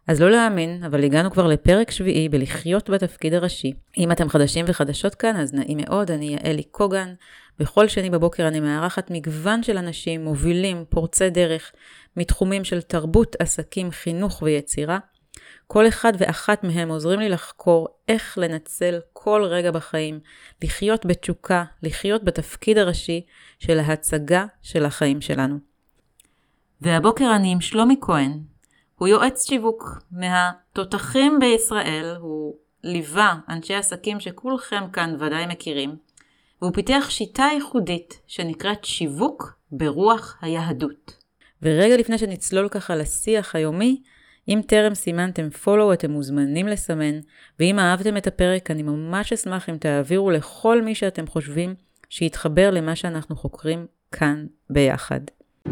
אז לא להאמין, אבל הגענו כבר לפרק 7 בלחיות בתפקיד הראשי. אם אתם חדשים וחדשות כאן, אז נעים מאוד, אני יעלי קוגן. בכל שני בבוקר אני מארחת מגוון של אנשים מובילים, פורצי דרך, מתחומים של תרבות, עסקים, חינוך ויצירה. כל אחד ואחת מהם עוזרים לי לחקור איך לנצל כל רגע בחיים, לחיות בתשוקה, לחיות בתפקיד הראשי של ההצגה של החיים שלנו. והבוקר אני עם שלומי כהן. הוא יועץ שיווק מהתותחים בישראל, הוא ליווה אנשי עסקים שכולכם כאן ודאי מכירים, והוא פיתח שיטה ייחודית שנקראת שיווק ברוח היהדות. ורגע לפני שנצלול ככה לשיח היומי, אם טרם סימנתם follow אתם מוזמנים לסמן, ואם אהבתם את הפרק אני ממש אשמח אם תעבירו לכל מי שאתם חושבים שיתחבר למה שאנחנו חוקרים כאן ביחד.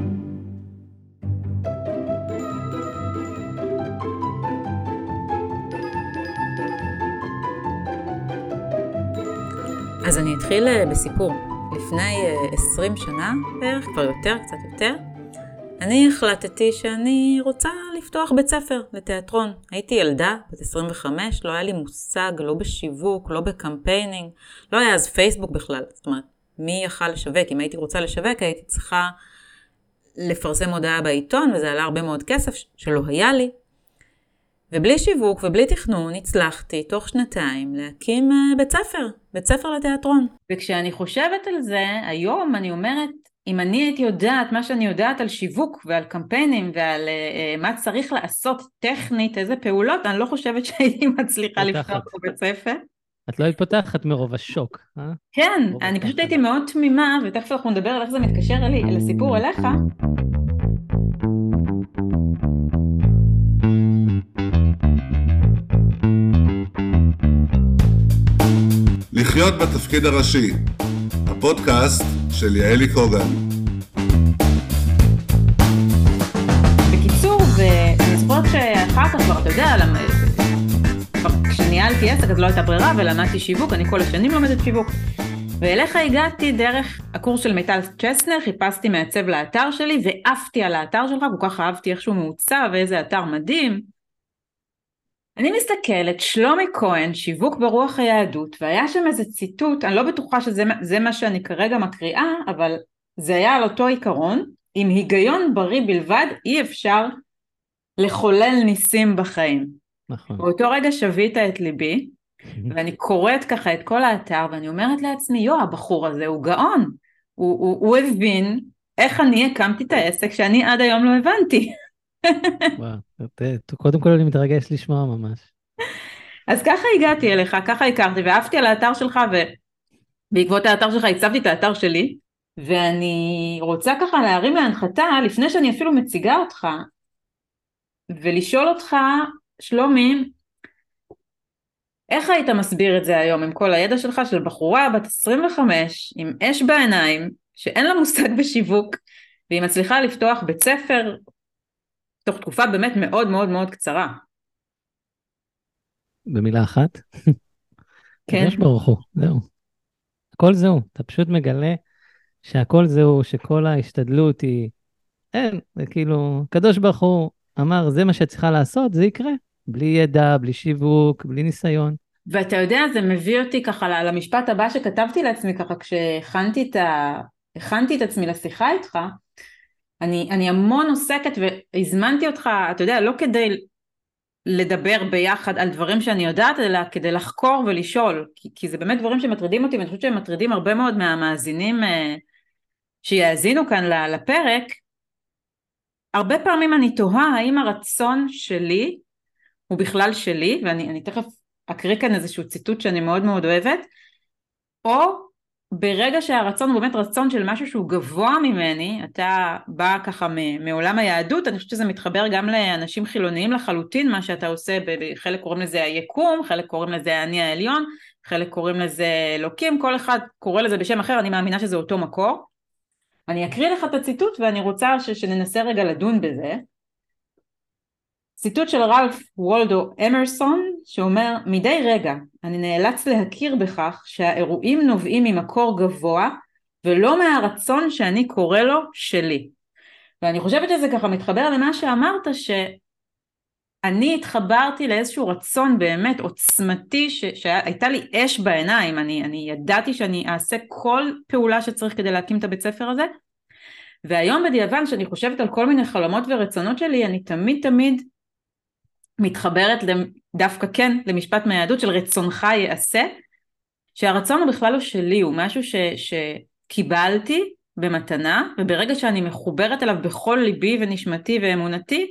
אז אני אתחיל בסיפור. לפני 20 שנה בערך, כבר יותר, קצת יותר, אני החלטתי שאני רוצה לפתוח בית ספר לתיאטרון. הייתי ילדה, בת 25, לא היה לי מושג, לא בשיווק, לא בקמפיינינג, לא היה אז פייסבוק בכלל. זאת אומרת, מי יכל לשווק? אם הייתי רוצה לשווק, הייתי צריכה לפרסם הודעה בעיתון, וזה עלה הרבה מאוד כסף שלא היה לי. ובלי שיווק ובלי תכנון הצלחתי תוך 2 להקים בית ספר לתיאטרון. וכשאני חושבת על זה, היום אני אומרת, אם אני הייתי יודעת מה שאני יודעת על שיווק ועל קמפיינים ועל מה צריך לעשות טכנית, איזה פעולות, אני לא חושבת שהייתי מצליחה לפתוח בבית ספר. את לא התפתחת מרוב השוק, אה? כן, אני פשוט הייתי מאוד תמימה, ותכף אנחנו נדבר על איך זה מתקשר לסיפור אליך. לחיות בתפקיד הראשי, הפודקאסט של יעלי קוגן. בקיצור, ואני זוכרת שאחר כך כבר, אתה יודע, כשניהלתי עסק אז לא הייתה ברירה ולמדתי שיווק, אני כל השנים לומדת שיווק. ואליך הגעתי דרך הקורס של מיטל צ'סנר, חיפשתי מעצב לאתר שלי ועפתי על האתר שלך, כל כך אהבתי איך שהוא מעוצב ואיזה אתר מדהים. אני מסתכלת, שלומי כהן, שיווק ברוח היהדות, והיה שם איזה ציטוט, אני לא בטוחה שזה מה שאני כרגע מקריאה, אבל זה היה על אותו עיקרון, עם היגיון בריא בלבד, אי אפשר לחולל ניסים בחיים. נכון. באותו רגע שבית את ליבי, ואני קוראת ככה את כל האתר, ואני אומרת לעצמי, הבחור הזה הוא גאון, הוא הבין איך אני הקמתי את העסק שאני עד היום לא הבנתי. וואו, קודם כל אני מתרגש לשמוע ממש. אז ככה הגעתי אליך, ככה הכרתי, ואהבתי על האתר שלך, ובעקבות האתר שלך הצבתי את האתר שלי, ואני רוצה ככה להרים להנחתה, לפני שאני אפילו מציגה אותך, ולשאול אותך, שלומי, איך היית מסביר את זה היום, עם כל הידע שלך של בחורה בת 25, עם אש בעיניים, שאין לה מושג בשיווק, והיא מצליחה לפתוח בית ספר, תוך תקופה באמת מאוד מאוד מאוד קצרה. במילה אחת? כן. יש ברוך הוא, זהו. הכל זהו, אתה פשוט מגלה שהכל זהו, שכל ההשתדלות היא, אין, זה כאילו, קדוש ברוך הוא אמר, זה מה שצריכה לעשות, זה יקרה. בלי ידע, בלי שיווק, בלי ניסיון. ואתה יודע, זה מביא אותי ככה למשפט הבא שכתבתי לעצמי ככה, כשהכנתי את עצמי לשיחה איתך, אני המון עוסקת והזמנתי אותך, אתה יודע, לא כדי לדבר ביחד על דברים שאני יודעת, אלא כדי לחקור ולשאול, כי זה באמת דברים שמטרידים אותי, ואני חושבת שהם מטרידים הרבה מאוד מהמאזינים שיאזינו כאן לפרק. הרבה פעמים אני תוהה האם הרצון שלי הוא בכלל שלי, ואני תכף אקריא כאן איזשהו ציטוט שאני מאוד מאוד אוהבת, או ברגע שהרצון הוא באמת רצון של משהו שהוא גבוה ממני, אתה בא ככה מעולם היהדות, אני חושבת שזה מתחבר גם לאנשים חילוניים לחלוטין, מה שאתה עושה, חלק קוראים לזה היקום, חלק קוראים לזה האני העליון, חלק קוראים לזה אלוקים, כל אחד קורא לזה בשם אחר, אני מאמינה שזה אותו מקור. אני אקריא לך את הציטוט ואני רוצה שננסה רגע לדון בזה. ציטוט של רלף וולדו אמרסון, שאומר, מדי רגע אני נאלץ להכיר בכך שהאירועים נובעים ממקור גבוה, ולא מהרצון שאני קורא לו שלי. ואני חושבת שזה ככה מתחבר למה שאמרת, אני התחברתי לאיזשהו רצון באמת עוצמתי, שהייתה לי אש בעיניים, אני ידעתי שאני אעשה כל פעולה שצריך כדי להקים את הבית ספר הזה, והיום בדיעבד, שאני חושבת על כל מיני חלומות ורצונות שלי, אני תמיד מתחברת דווקא כן למשפט מהיהדות של רצונך יעשה, שהרצון הוא בכלל לא שלי, הוא משהו שקיבלתי במתנה, וברגע שאני מחוברת אליו בכל ליבי ונשמתי ואמונתי,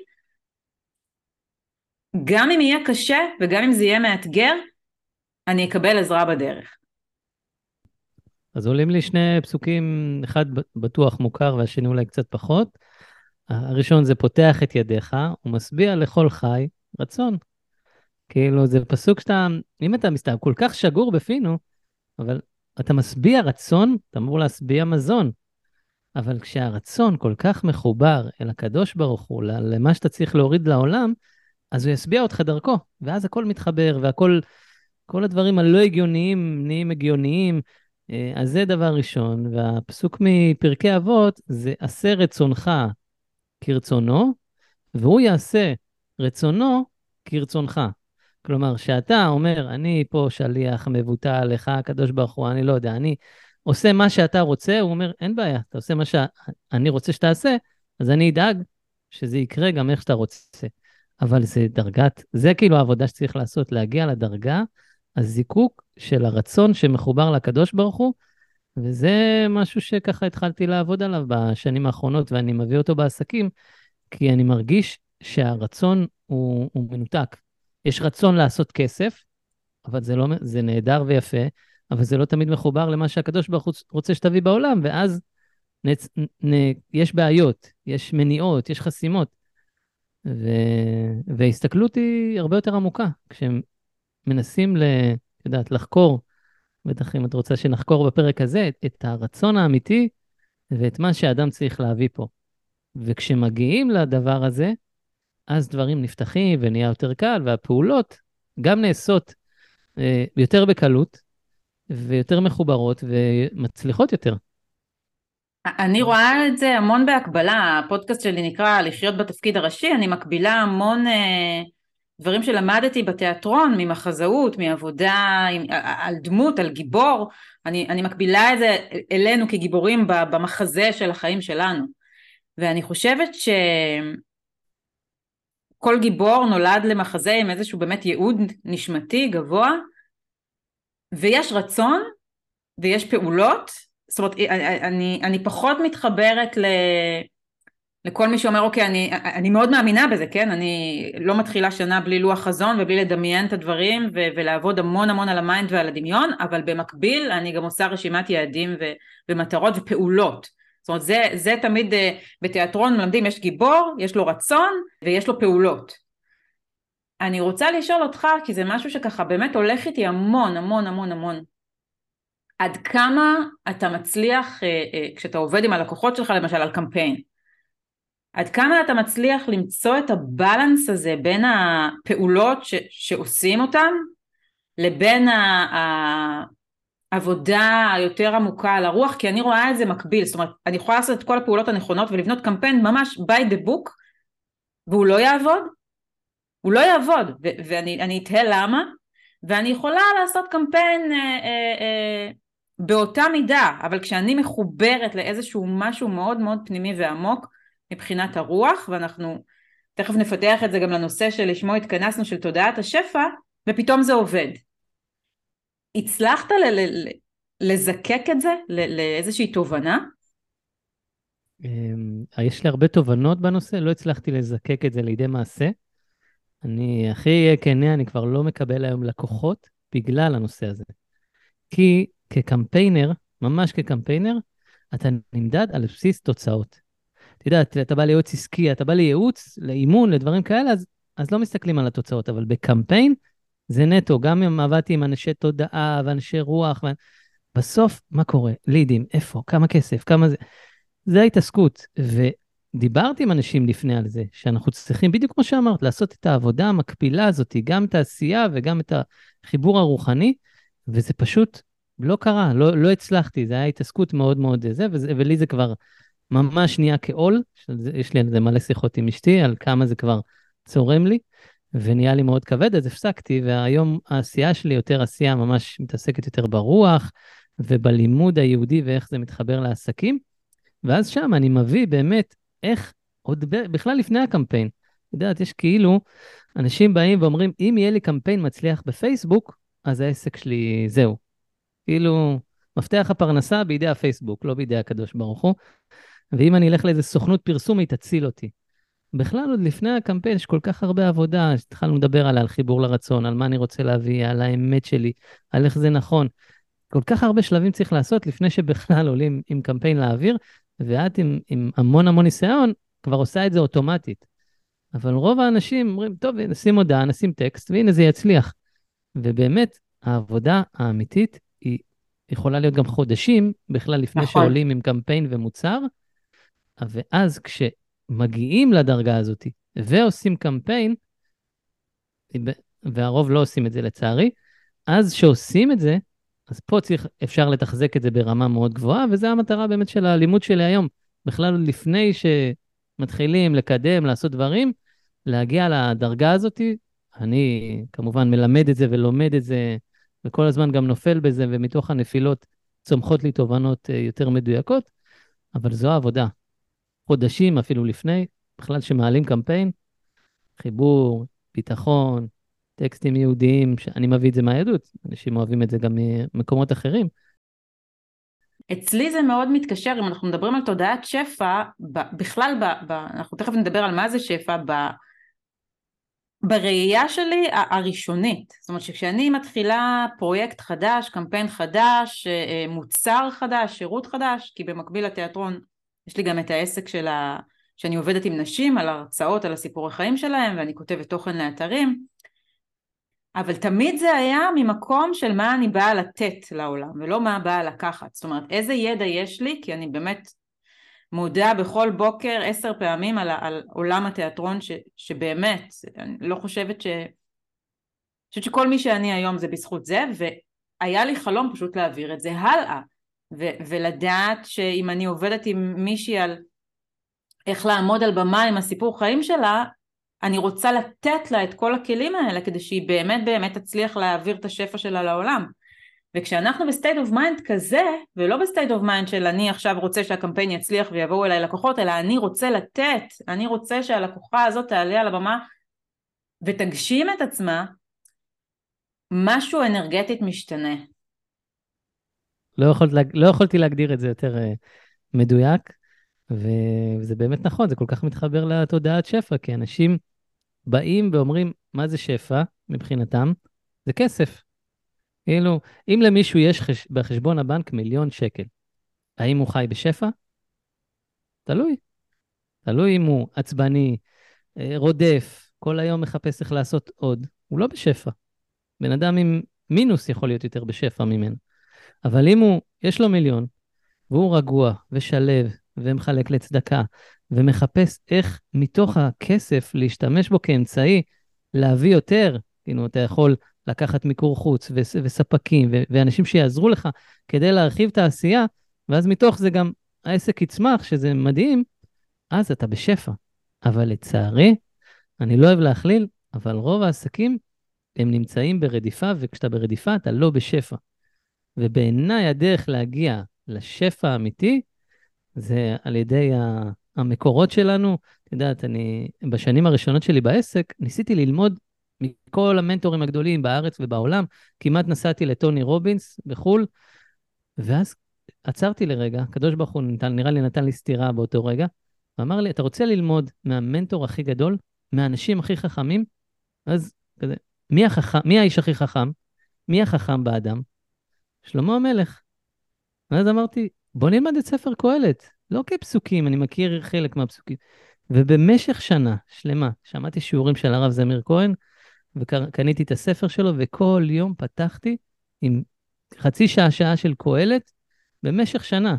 גם אם יהיה קשה וגם אם זה יהיה מאתגר, אני אקבל עזרה בדרך. אז עולים לי שני פסוקים, אחד בטוח מוכר והשני אולי קצת פחות. הראשון זה פותח את ידיך ומשביע לכל חי רצון. כאילו זה פסוק שאתה, אם אתה מסתכל, כל כך שגור בפינו, אבל אתה משביע רצון, אתה אמור להשביע מזון. אבל כשהרצון כל כך מחובר אל הקדוש ברוך הוא, למה שאתה צריך להוריד לעולם, אז הוא ישביע אותך דרכו, ואז הכל מתחבר, והכל, כל הדברים הלא הגיוניים נהיים הגיוניים. אז זה דבר ראשון, והפסוק מפרקי אבות זה עשה רצונך כרצונו, והוא יעשה רצונו כרצונך. כלומר, שאתה אומר, אני פה שליח מבוטל לך, הקדוש ברוך הוא, אני לא יודע, אני עושה מה שאתה רוצה, הוא אומר, אין בעיה, אתה עושה מה שאני רוצה שתעשה, אז אני אדאג שזה יקרה גם איך שאתה רוצה. אבל זה דרגת, זה כאילו העבודה שצריך לעשות, להגיע לדרגה, הזיקוק של הרצון שמחובר לקדוש ברוך הוא, וזה משהו שככה התחלתי לעבוד עליו בשנים האחרונות, ואני מביא אותו בעסקים, כי אני מרגיש שהרצון הוא מנותק. יש רצון לעשות כסף, אבל זה נהדר ויפה, אבל זה לא תמיד מחובר למה שהקדוש ברוך הוא רוצה שתביא בעולם, ואז יש בעיות, יש מניעות, יש חסימות. וההסתכלות היא הרבה יותר עמוקה, כשהם מנסים לחקור, בטח אם את רוצה שנחקור בפרק הזה, את הרצון האמיתי, ואת מה שהאדם צריך להביא פה. וכשמגיעים לדבר הזה, אז דברים נפתחים ונהיה יותר קל, והפעולות גם נעשות יותר בקלות, ויותר מחוברות ומצליחות יותר. אני רואה את זה המון בהקבלה, הפודקאסט שלי נקרא לחיות בתפקיד הראשי, אני מקבילה המון דברים שלמדתי בתיאטרון, ממחזאות, מעבודה על דמות, על גיבור, אני מקבילה את זה אלינו כגיבורים במחזה של החיים שלנו, ואני חושבת שכל גיבור נולד למחזה עם איזשהו באמת ייעוד נשמתי גבוה, ויש רצון ויש פעולות, זאת אומרת, אני פחות מתחברת לכל מי שאומר, אוקיי, אני מאוד מאמינה בזה, כן? אני לא מתחילה שנה בלי לוח חזון ובלי לדמיין את הדברים ולעבוד המון על המיינד ועל הדמיון, אבל במקביל אני גם עושה רשימת יעדים ומטרות ופעולות. זאת אומרת, זה תמיד בתיאטרון מלמדים, יש גיבור, יש לו רצון ויש לו פעולות. אני רוצה לשאול אותך, כי זה משהו שככה באמת הולך איתי המון. עד כמה אתה מצליח, כשאתה עובד עם הלקוחות שלך, למשל על קמפיין, עד כמה אתה מצליח למצוא את הבלנס הזה בין הפעולות שעושים אותם, לבין העבודה היותר עמוקה על הרוח, כי אני רואה את זה מקביל, זאת אומרת, אני יכולה לעשות את כל הפעולות הנכונות, ולבנות קמפיין ממש by the book, והוא לא יעבוד, ואני אתהה למה, ואני יכולה לעשות קמפיין באותה מידה, אבל כשאני מחוברת לאיזשהו משהו מאוד פנימי ועמוק, מבחינת הרוח, ואנחנו תכף נפתח את זה גם לנושא שלשמו התכנסנו, של תודעת השפע, ופתאום זה עובד. הצלחת לזקק את זה לאיזושהי תובנה? יש לי הרבה תובנות בנושא, לא הצלחתי לזקק את זה לידי מעשה. אני הכי כנה, אני כבר לא מקבל היום לקוחות בגלל הנושא הזה. כי כקמפיינר, ממש כקמפיינר, אתה נמדד על בסיס תוצאות. אתה יודע, אתה בא לייעוץ עסקי, אתה בא לייעוץ, לאימון, לדברים כאלה, אז לא מסתכלים על התוצאות, אבל בקמפיין זה נטו, גם אם עבדתי עם אנשי תודעה ואנשי רוח, בסוף מה קורה? לידים, איפה, כמה כסף, כמה זה, זה ההתעסקות, ודיברתי עם אנשים לפני על זה, שאנחנו צריכים, בדיוק כמו שאמרת, לעשות את העבודה המקבילה הזאת, גם את העשייה וגם את החיבור הרוחני, וזה פשוט לא קרה, לא הצלחתי, זה היה התעסקות מאוד זה, ולי זה כבר ממש נהיה כעול, יש לי על זה מלא שיחות עם אשתי, על כמה זה כבר צורם לי, ונהיה לי מאוד כבד, אז הפסקתי, והיום העשייה שלי יותר עשייה ממש מתעסקת יותר ברוח, ובלימוד היהודי ואיך זה מתחבר לעסקים, ואז שם אני מביא באמת איך, בכלל לפני הקמפיין, יודעת, יש כאילו, אנשים באים ואומרים, אם יהיה לי קמפיין מצליח בפייסבוק, אז העסק שלי זהו. כאילו, מפתח הפרנסה בידי הפייסבוק, לא בידי הקדוש ברוך הוא, ואם אני אלך לאיזה סוכנות פרסום, היא תציל אותי. בכלל עוד לפני הקמפיין יש כל כך הרבה עבודה, התחלנו לדבר על חיבור לרצון, על מה אני רוצה להביא, על האמת שלי, על איך זה נכון. כל כך הרבה שלבים צריך לעשות לפני שבכלל עולים עם קמפיין לאוויר, ואת עם המון המון ניסיון כבר עושה את זה אוטומטית. אבל רוב האנשים אומרים, טוב, נשים הודעה, נשים טקסט, והנה זה יצליח. ובאמת, העבודה האמיתית היא יכולה להיות גם חודשים, בכלל לפני נכון. שעולים עם קמפיין ומוצר, ואז כשמגיעים לדרגה הזאת ועושים קמפיין, והרוב לא עושים את זה לצערי, אז שעושים את זה, אז פה אפשר לתחזק את זה ברמה מאוד גבוהה, וזו המטרה באמת של הלימוד שלי היום. בכלל לפני שמתחילים לקדם, לעשות דברים, להגיע לדרגה הזאת, אני כמובן מלמד את זה ולומד את זה, וכל הזמן גם נופל בזה, ומתוך הנפילות צומחות לי תובנות יותר מדויקות, אבל זו העבודה. חודשים אפילו לפני, בכלל שמעלים קמפיין, חיבור, ביטחון, טקסטים יהודיים, שאני מביא את זה מהיהדות, אנשים אוהבים את זה גם ממקומות אחרים. אצלי זה מאוד מתקשר, אם אנחנו מדברים על תודעת שפע, בכלל, אנחנו תכף נדבר על מה זה שפע, בראייה שלי הראשונית, זאת אומרת שכשאני מתחילה פרויקט חדש, קמפיין חדש, מוצר חדש, שירות חדש, כי במקביל לתיאטרון יש לי גם את העסק שאני עובדת עם נשים על הרצאות, על הסיפור החיים שלהם, ואני כותבת תוכן לאתרים, אבל תמיד זה היה ממקום של מה אני באה לתת לעולם, ולא מה באה לקחת. זאת אומרת, איזה ידע יש לי, כי אני באמת מודע בכל בוקר 10 פעמים על עולם התיאטרון, שבאמת, אני לא חושבת שכל מי שאני היום זה בזכות זה, והיה לי חלום פשוט להעביר את זה הלאה, ולדעת שאם אני עובדת עם מישהי על איך לעמוד על במה עם הסיפור חיים שלה, אני רוצה לתת לה את כל הכלים האלה, כדי שהיא באמת באמת תצליח להעביר את השפע שלה לעולם. וכשאנחנו בסטייט אוף מיינד כזה, ולא בסטייט אוף מיינד של אני עכשיו רוצה שהקמפיין יצליח ויבואו אליי לקוחות, אלא אני רוצה לתת, אני רוצה שהלקוחה הזאת תעלה על הבמה, ותגשים את עצמה, משהו אנרגטית משתנה. לא יכולתי להגדיר את זה יותר מדויק, וזה באמת נכון, זה כל כך מתחבר לתודעת שפע, כי אנשים באים ואומרים, מה זה שפע מבחינתם? זה כסף. כאילו, אם למישהו יש בחשבון הבנק 1,000,000 שקל, האם הוא חי בשפע? תלוי. תלוי אם הוא עצבני, רודף, כל היום מחפש איך לעשות עוד. הוא לא בשפע. בן אדם עם מינוס יכול להיות יותר בשפע ממנו. אבל אם יש לו 1,000,000, והוא רגוע ושלב ומחלק לצדקה, ומחפש איך מתוך הכסף להשתמש בו כאמצעי להביא יותר, כאילו אתה יכול לקחת מיקור חוץ וספקים ואנשים שיעזרו לך כדי להרחיב את העשייה, ואז מתוך זה גם העסק יצמח, שזה מדהים, אז אתה בשפע. אבל לצערי, אני לא אוהב להכליל, אבל רוב העסקים הם נמצאים ברדיפה, וכשאתה ברדיפה אתה לא בשפע. ובעיניי הדרך להגיע לשפע האמיתי, זה על ידי המקורות שלנו. את יודעת, בשנים הראשונות שלי בעסק, ניסיתי ללמוד מכל המנטורים הגדולים בארץ ובעולם, כמעט נסעתי לטוני רובינס בחול, ואז עצרתי לרגע, הקדוש ברוך הוא נראה לי נתן לי סתירה באותו רגע, ואמר לי, אתה רוצה ללמוד מהמנטור הכי גדול, מהאנשים הכי חכמים? אז כזה, מי האיש הכי חכם? מי החכם באדם? שלמה המלך. ואז אמרתי, בוא נלמד את ספר קהלת, לא כפסוקים, אני מכיר חלק מהפסוקים. ובמשך שנה שלמה, שמעתי שיעורים של הרב זמיר כהן, וקניתי את הספר שלו, וכל יום פתחתי עם חצי שעה של קהלת, במשך שנה.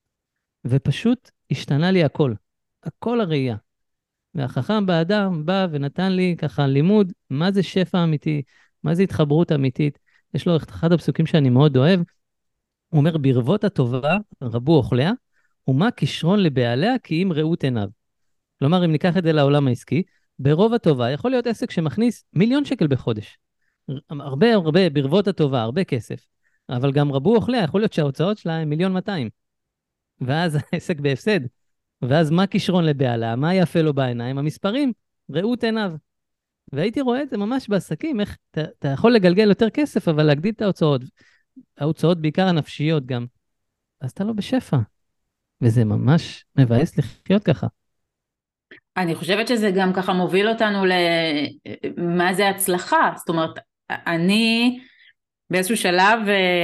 ופשוט השתנה לי הכל הראייה. והחכם באדם בא ונתן לי ככה לימוד, מה זה שפע אמיתי, מה זה התחברות אמיתית. יש לו אחד הפסוקים שאני מאוד אוהב, הוא אומר, ברבות הטובה רבו אוכליה, ומה כישרון לבעליה כי אם ראות עיניו. כלומר, אם ניקח את זה לעולם העסקי, ברוב הטובה, יכול להיות עסק שמכניס 1,000,000 שקל בחודש. הרבה הרבה, ברבות הטובה, הרבה כסף. אבל גם רבו אוכליה, יכול להיות שההוצאות שלה הם 1,200,000. ואז העסק בהפסד. ואז מה כישרון לבעלה? מה יפה לו בעיניים? המספרים, ראות עיניו. והייתי רואה את זה ממש בעסקים, איך אתה יכול לגלגל יותר כסף, אבל להגדיל את ההוצאות. ההוצאות בעיקר הנפשיות גם. אז אתה לא בשפע. וזה ממש מבאס לחיות ככה. אני חושבת שזה גם ככה מוביל אותנו למה זה הצלחה. זאת אומרת, אני באיזשהו שלב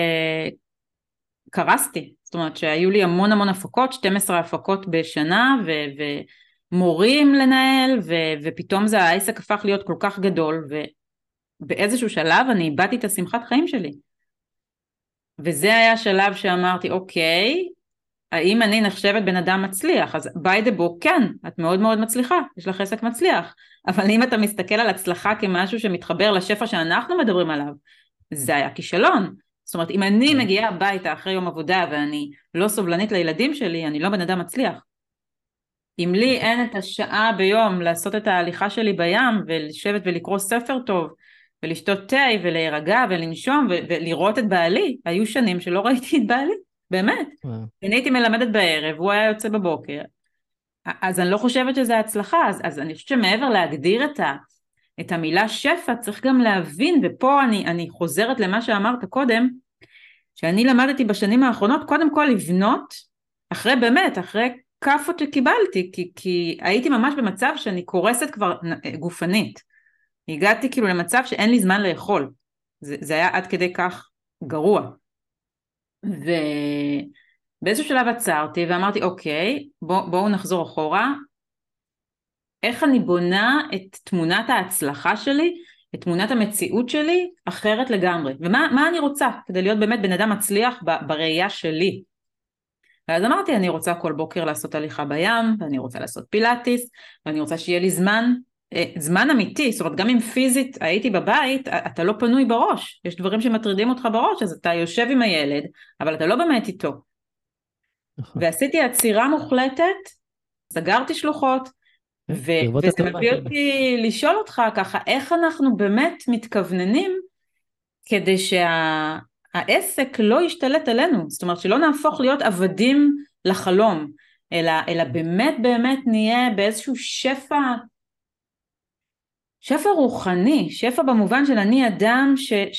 קרסתי. זאת אומרת שהיו לי המון המון הפקות, 12 הפקות בשנה, ומורים לנהל, ופתאום זה העסק הפך להיות כל כך גדול, ובאיזשהו שלב אני איבדתי את השמחת חיים שלי. וזה היה שלב שאמרתי, אוקיי, האם אני נחשבת בן אדם מצליח? אז by the book, כן, את מאוד מאוד מצליחה, יש לך עסק מצליח. אבל אם אתה מסתכל על הצלחה כמשהו שמתחבר לשפע שאנחנו מדברים עליו, זה היה כישלון. זאת אומרת, אם אני מגיעה הביתה אחרי יום עבודה ואני לא סובלנית לילדים שלי, אני לא בן אדם מצליח. אם לי אין את השעה ביום לעשות את ההליכה שלי בים, ולשבת ולקרוא ספר טוב, ולשתות תה ולהירגע ולנשום ולראות את בעלי, היו שנים שלא ראיתי את בעלי, באמת. אני הייתי מלמדת בערב, הוא היה יוצא בבוקר. אז אני לא חושבת שזה הצלחה, אז אני חושבת שמעבר להגדיר את המילה שפע, צריך גם להבין, ופה אני חוזרת למה שאמרת קודם, שאני למדתי בשנים האחרונות, קודם כל לבנות, אחרי כפות שקיבלתי, כי הייתי ממש במצב שאני קורסת כבר גופנית. הגעתי כאילו למצב שאין לי זמן לאכול. זה היה עד כדי כך גרוע. ובאיזשהו שלב עצרתי ואמרתי, אוקיי, בואו נחזור אחורה. איך אני בונה את תמונת ההצלחה שלי, את תמונת המציאות שלי, אחרת לגמרי. ומה אני רוצה כדי להיות באמת בן אדם מצליח בראייה שלי. ואז אמרתי, אני רוצה כל בוקר לעשות הליכה בים, ואני רוצה לעשות פילאטיס, ואני רוצה שיהיה לי זמן אמיתי. זאת אומרת, גם אם פיזית הייתי בבית, אתה לא פנוי בראש. יש דברים שמטרידים אותך בראש, אז אתה יושב עם הילד, אבל אתה לא באמת איתו. ועשיתי עצירה מוחלטת, סגרתי שלוחות, וזה מביא אותי לשאול אותך ככה, איך אנחנו באמת מתכווננים, כדי העסק לא ישתלט עלינו, זאת אומרת שלא נהפוך להיות עבדים לחלום, אלא באמת נהיה באיזשהו שפע רוחני, שפע במובן של אני אדם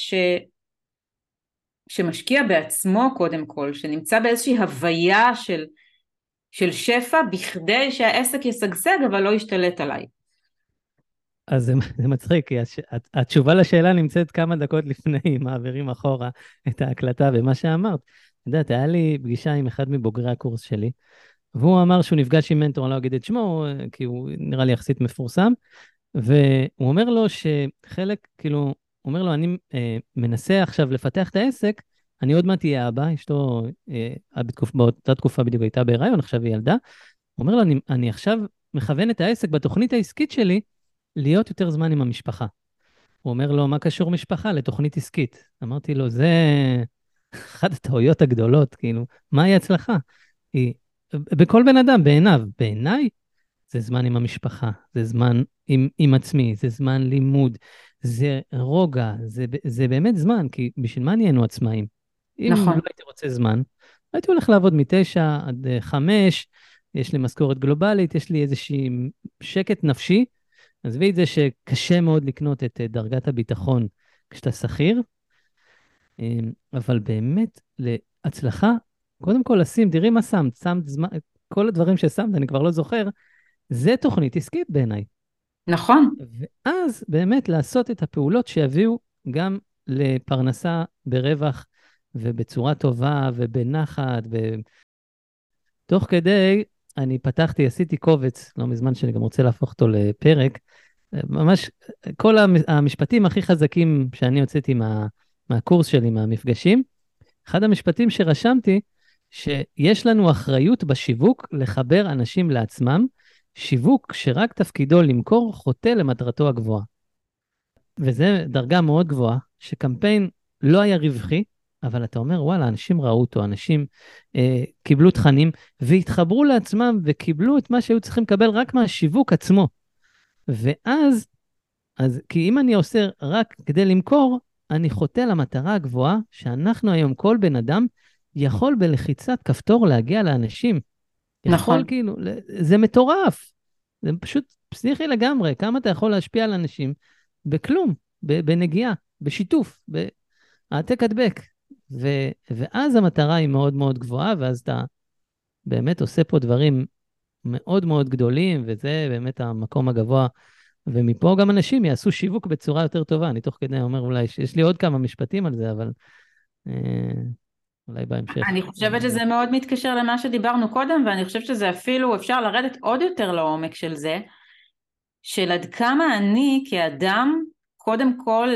שמשקיע בעצמו קודם כל, שנמצא באיזושהי הוויה של שפע, בכדי שהעסק יסגסג אבל לא ישתלט עליי. אז זה מצחיק, כי התשובה לשאלה נמצאת כמה דקות לפני, מעבירים אחורה את ההקלטה ומה שאמרת. אתה יודעת, היה לי פגישה עם אחד מבוגרי הקורס שלי, והוא אמר שהוא נפגש עם מנטור, אני לא אגיד את שמו, כי הוא נראה לי יחסית מפורסם, והוא אומר לו שחלק, כאילו, הוא אומר לו, אני מנסה עכשיו לפתח את העסק, אני עוד מעט תהיה אבא, אשתו, באותה תקופה בדיוק הייתה בהיריון, עכשיו היא ילדה, הוא אומר לו, אני עכשיו מכוון את העסק בתוכנית העסקית שלי, להיות יותר זמן עם המשפחה. הוא אומר לו, מה קשור משפחה לתוכנית עסקית? אמרתי לו, זה אחת הטעויות הגדולות, כאילו, מהי הצלחה? בכל בן אדם, בעיניי, זה זמן עם המשפחה, זה זמן עם עצמי, זה זמן לימוד, זה רוגע, זה באמת זמן, כי בשביל מה נהיינו עצמאים? נכון. אם לא הייתי רוצה זמן, הייתי הולך לעבוד 9 עד 5, יש לי משכורת גלובלית, יש לי איזושהי שקט נפשי, עזבי את זה שקשה מאוד לקנות את דרגת הביטחון כשאתה שכיר, אבל באמת להצלחה, קודם כל לשים, תראי מה שמת זמן, כל הדברים ששמת, אני כבר לא זוכר, זה תוכנית עסקית בעיניי. נכון. ואז באמת לעשות את הפעולות שיביאו גם לפרנסה ברווח ובצורה טובה ובנחת, תוך כדי אני עשיתי קובץ, לא מזמן שאני גם רוצה להפוך אותו לפרק, ממש כל המשפטים הכי חזקים שאני הוצאתי מהקורס שלי, מהמפגשים, אחד המשפטים שרשמתי, שיש לנו אחריות בשיווק לחבר אנשים לעצמם, שיווק שרק תפקידו למכור חוטא למטרתו הגבוהה. וזה דרגה מאוד גבוהה, שקמפיין לא היה רווחי, אבל אתה אומר, וואלה, אנשים ראו אותו, אנשים קיבלו תכנים, והתחברו לעצמם וקיבלו את מה שהיו צריכים לקבל רק מהשיווק עצמו. כי אם אני עושה רק כדי למכור, אני חוטא למטרה הגבוהה, שאנחנו היום, כל בן אדם, יכול בלחיצת כפתור להגיע לאנשים. יכול נכון. כאילו, זה מטורף. זה פשוט פסיכי לגמרי. כמה אתה יכול להשפיע על אנשים? בכלום, בנגיעה, בשיתוף, העתק הדבק. ואז המטרה היא מאוד מאוד גבוהה, ואז אתה באמת עושה פה דברים מאוד מאוד גדולים, וזה באמת המקום הגבוה. ומפה גם אנשים יעשו שיווק בצורה יותר טובה. אני תוך כדי אומר אולי, יש לי עוד כמה משפטים על זה, אבל אה, אולי בהמשך. אני חושבת שזה מאוד מתקשר למה שדיברנו קודם, ואני חושבת שזה אפילו אפשר לרדת עוד יותר לעומק של זה, של עד כמה אני כאדם, קודם כל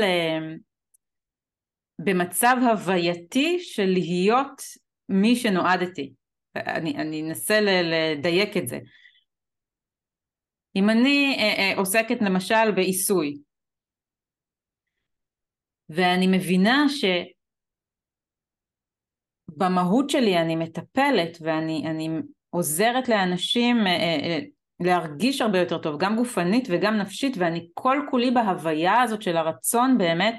במצב הווייתי של להיות מי שנועדתי. אני אנסה לדייק את זה. אם אני עוסקת למשל בעיסוי, ואני מבינה שבמהות שלי אני מטפלת, ואני עוזרת לאנשים להרגיש הרבה יותר טוב, גם גופנית וגם נפשית, ואני כל כולי בהוויה הזאת של הרצון באמת,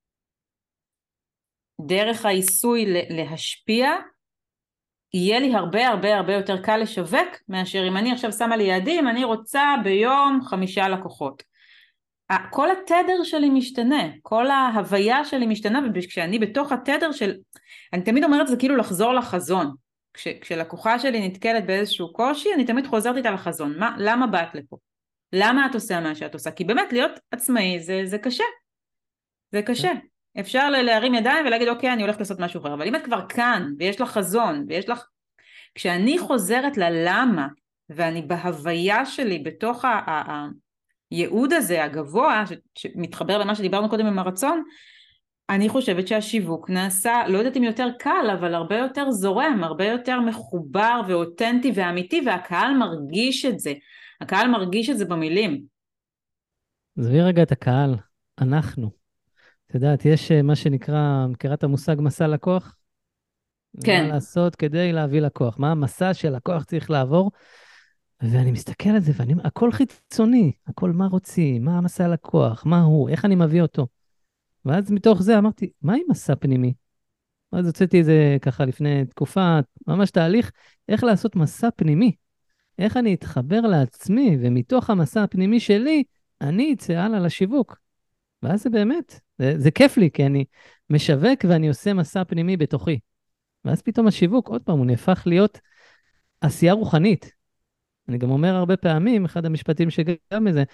דרך העיסוי להשפיע, יהיה לי הרבה הרבה הרבה יותר קל לשווק, מאשר אם אני עכשיו שמה לי יעדים, אני רוצה ביום 5 לקוחות. כל התדר שלי משתנה, כל ההוויה שלי משתנה, וכשאני בתוך התדר של, אני תמיד אומרת זה כאילו לחזור לחזון, כשלקוחה שלי נתקלת באיזשהו קושי, אני תמיד חוזרת איתה לחזון, למה באת לפה? למה את עושה מה שאת עושה? כי באמת להיות עצמאי זה קשה, זה קשה. אפשר להרים ידיים ולהגיד אוקיי אני הולכת לעשות משהו אחר, אבל אם את כבר כאן ויש לך חזון ויש לך, כשאני חוזרת ללמה ואני בהוויה שלי בתוך הייעוד הזה הגבוה שמתחבר למה שדיברנו קודם עם הרצון, אני חושבת שהשיווק נעשה, לא יודעת אם יותר קל, אבל הרבה יותר זורם, הרבה יותר מחובר ואותנטי ואמיתי, והקהל מרגיש את זה, הקהל מרגיש את זה במילים. עזבי רגע את הקהל, אנחנו. את יודעת, יש מה שנקרא, מכירה את המושג מסע לקוח? כן. מה לעשות כדי להביא לקוח? מה המסע שלקוח צריך לעבור? ואני מסתכל על זה, הכל חיצוני, הכל מה רוצים, מה המסע לקוח, מה הוא, איך אני מביא אותו. ואז מתוך זה אמרתי, מה עם מסע פנימי? אז הוצאתי את זה ככה לפני תקופה, ממש תהליך, איך לעשות מסע פנימי. איך אני אתחבר לעצמי, ומתוך המסע הפנימי שלי, אני אצא הלאה לשיווק. ואז זה באמת, זה כיף לי, כי אני משווק ואני עושה מסע פנימי בתוכי. ואז פתאום השיווק, עוד פעם, הוא נהפך להיות עשייה רוחנית. אני גם אומר הרבה פעמים, אחד המשפטים שגם איזה,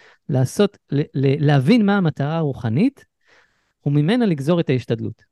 להבין מה המטרה הרוחנית, וממנה לגזור את ההשתדלות.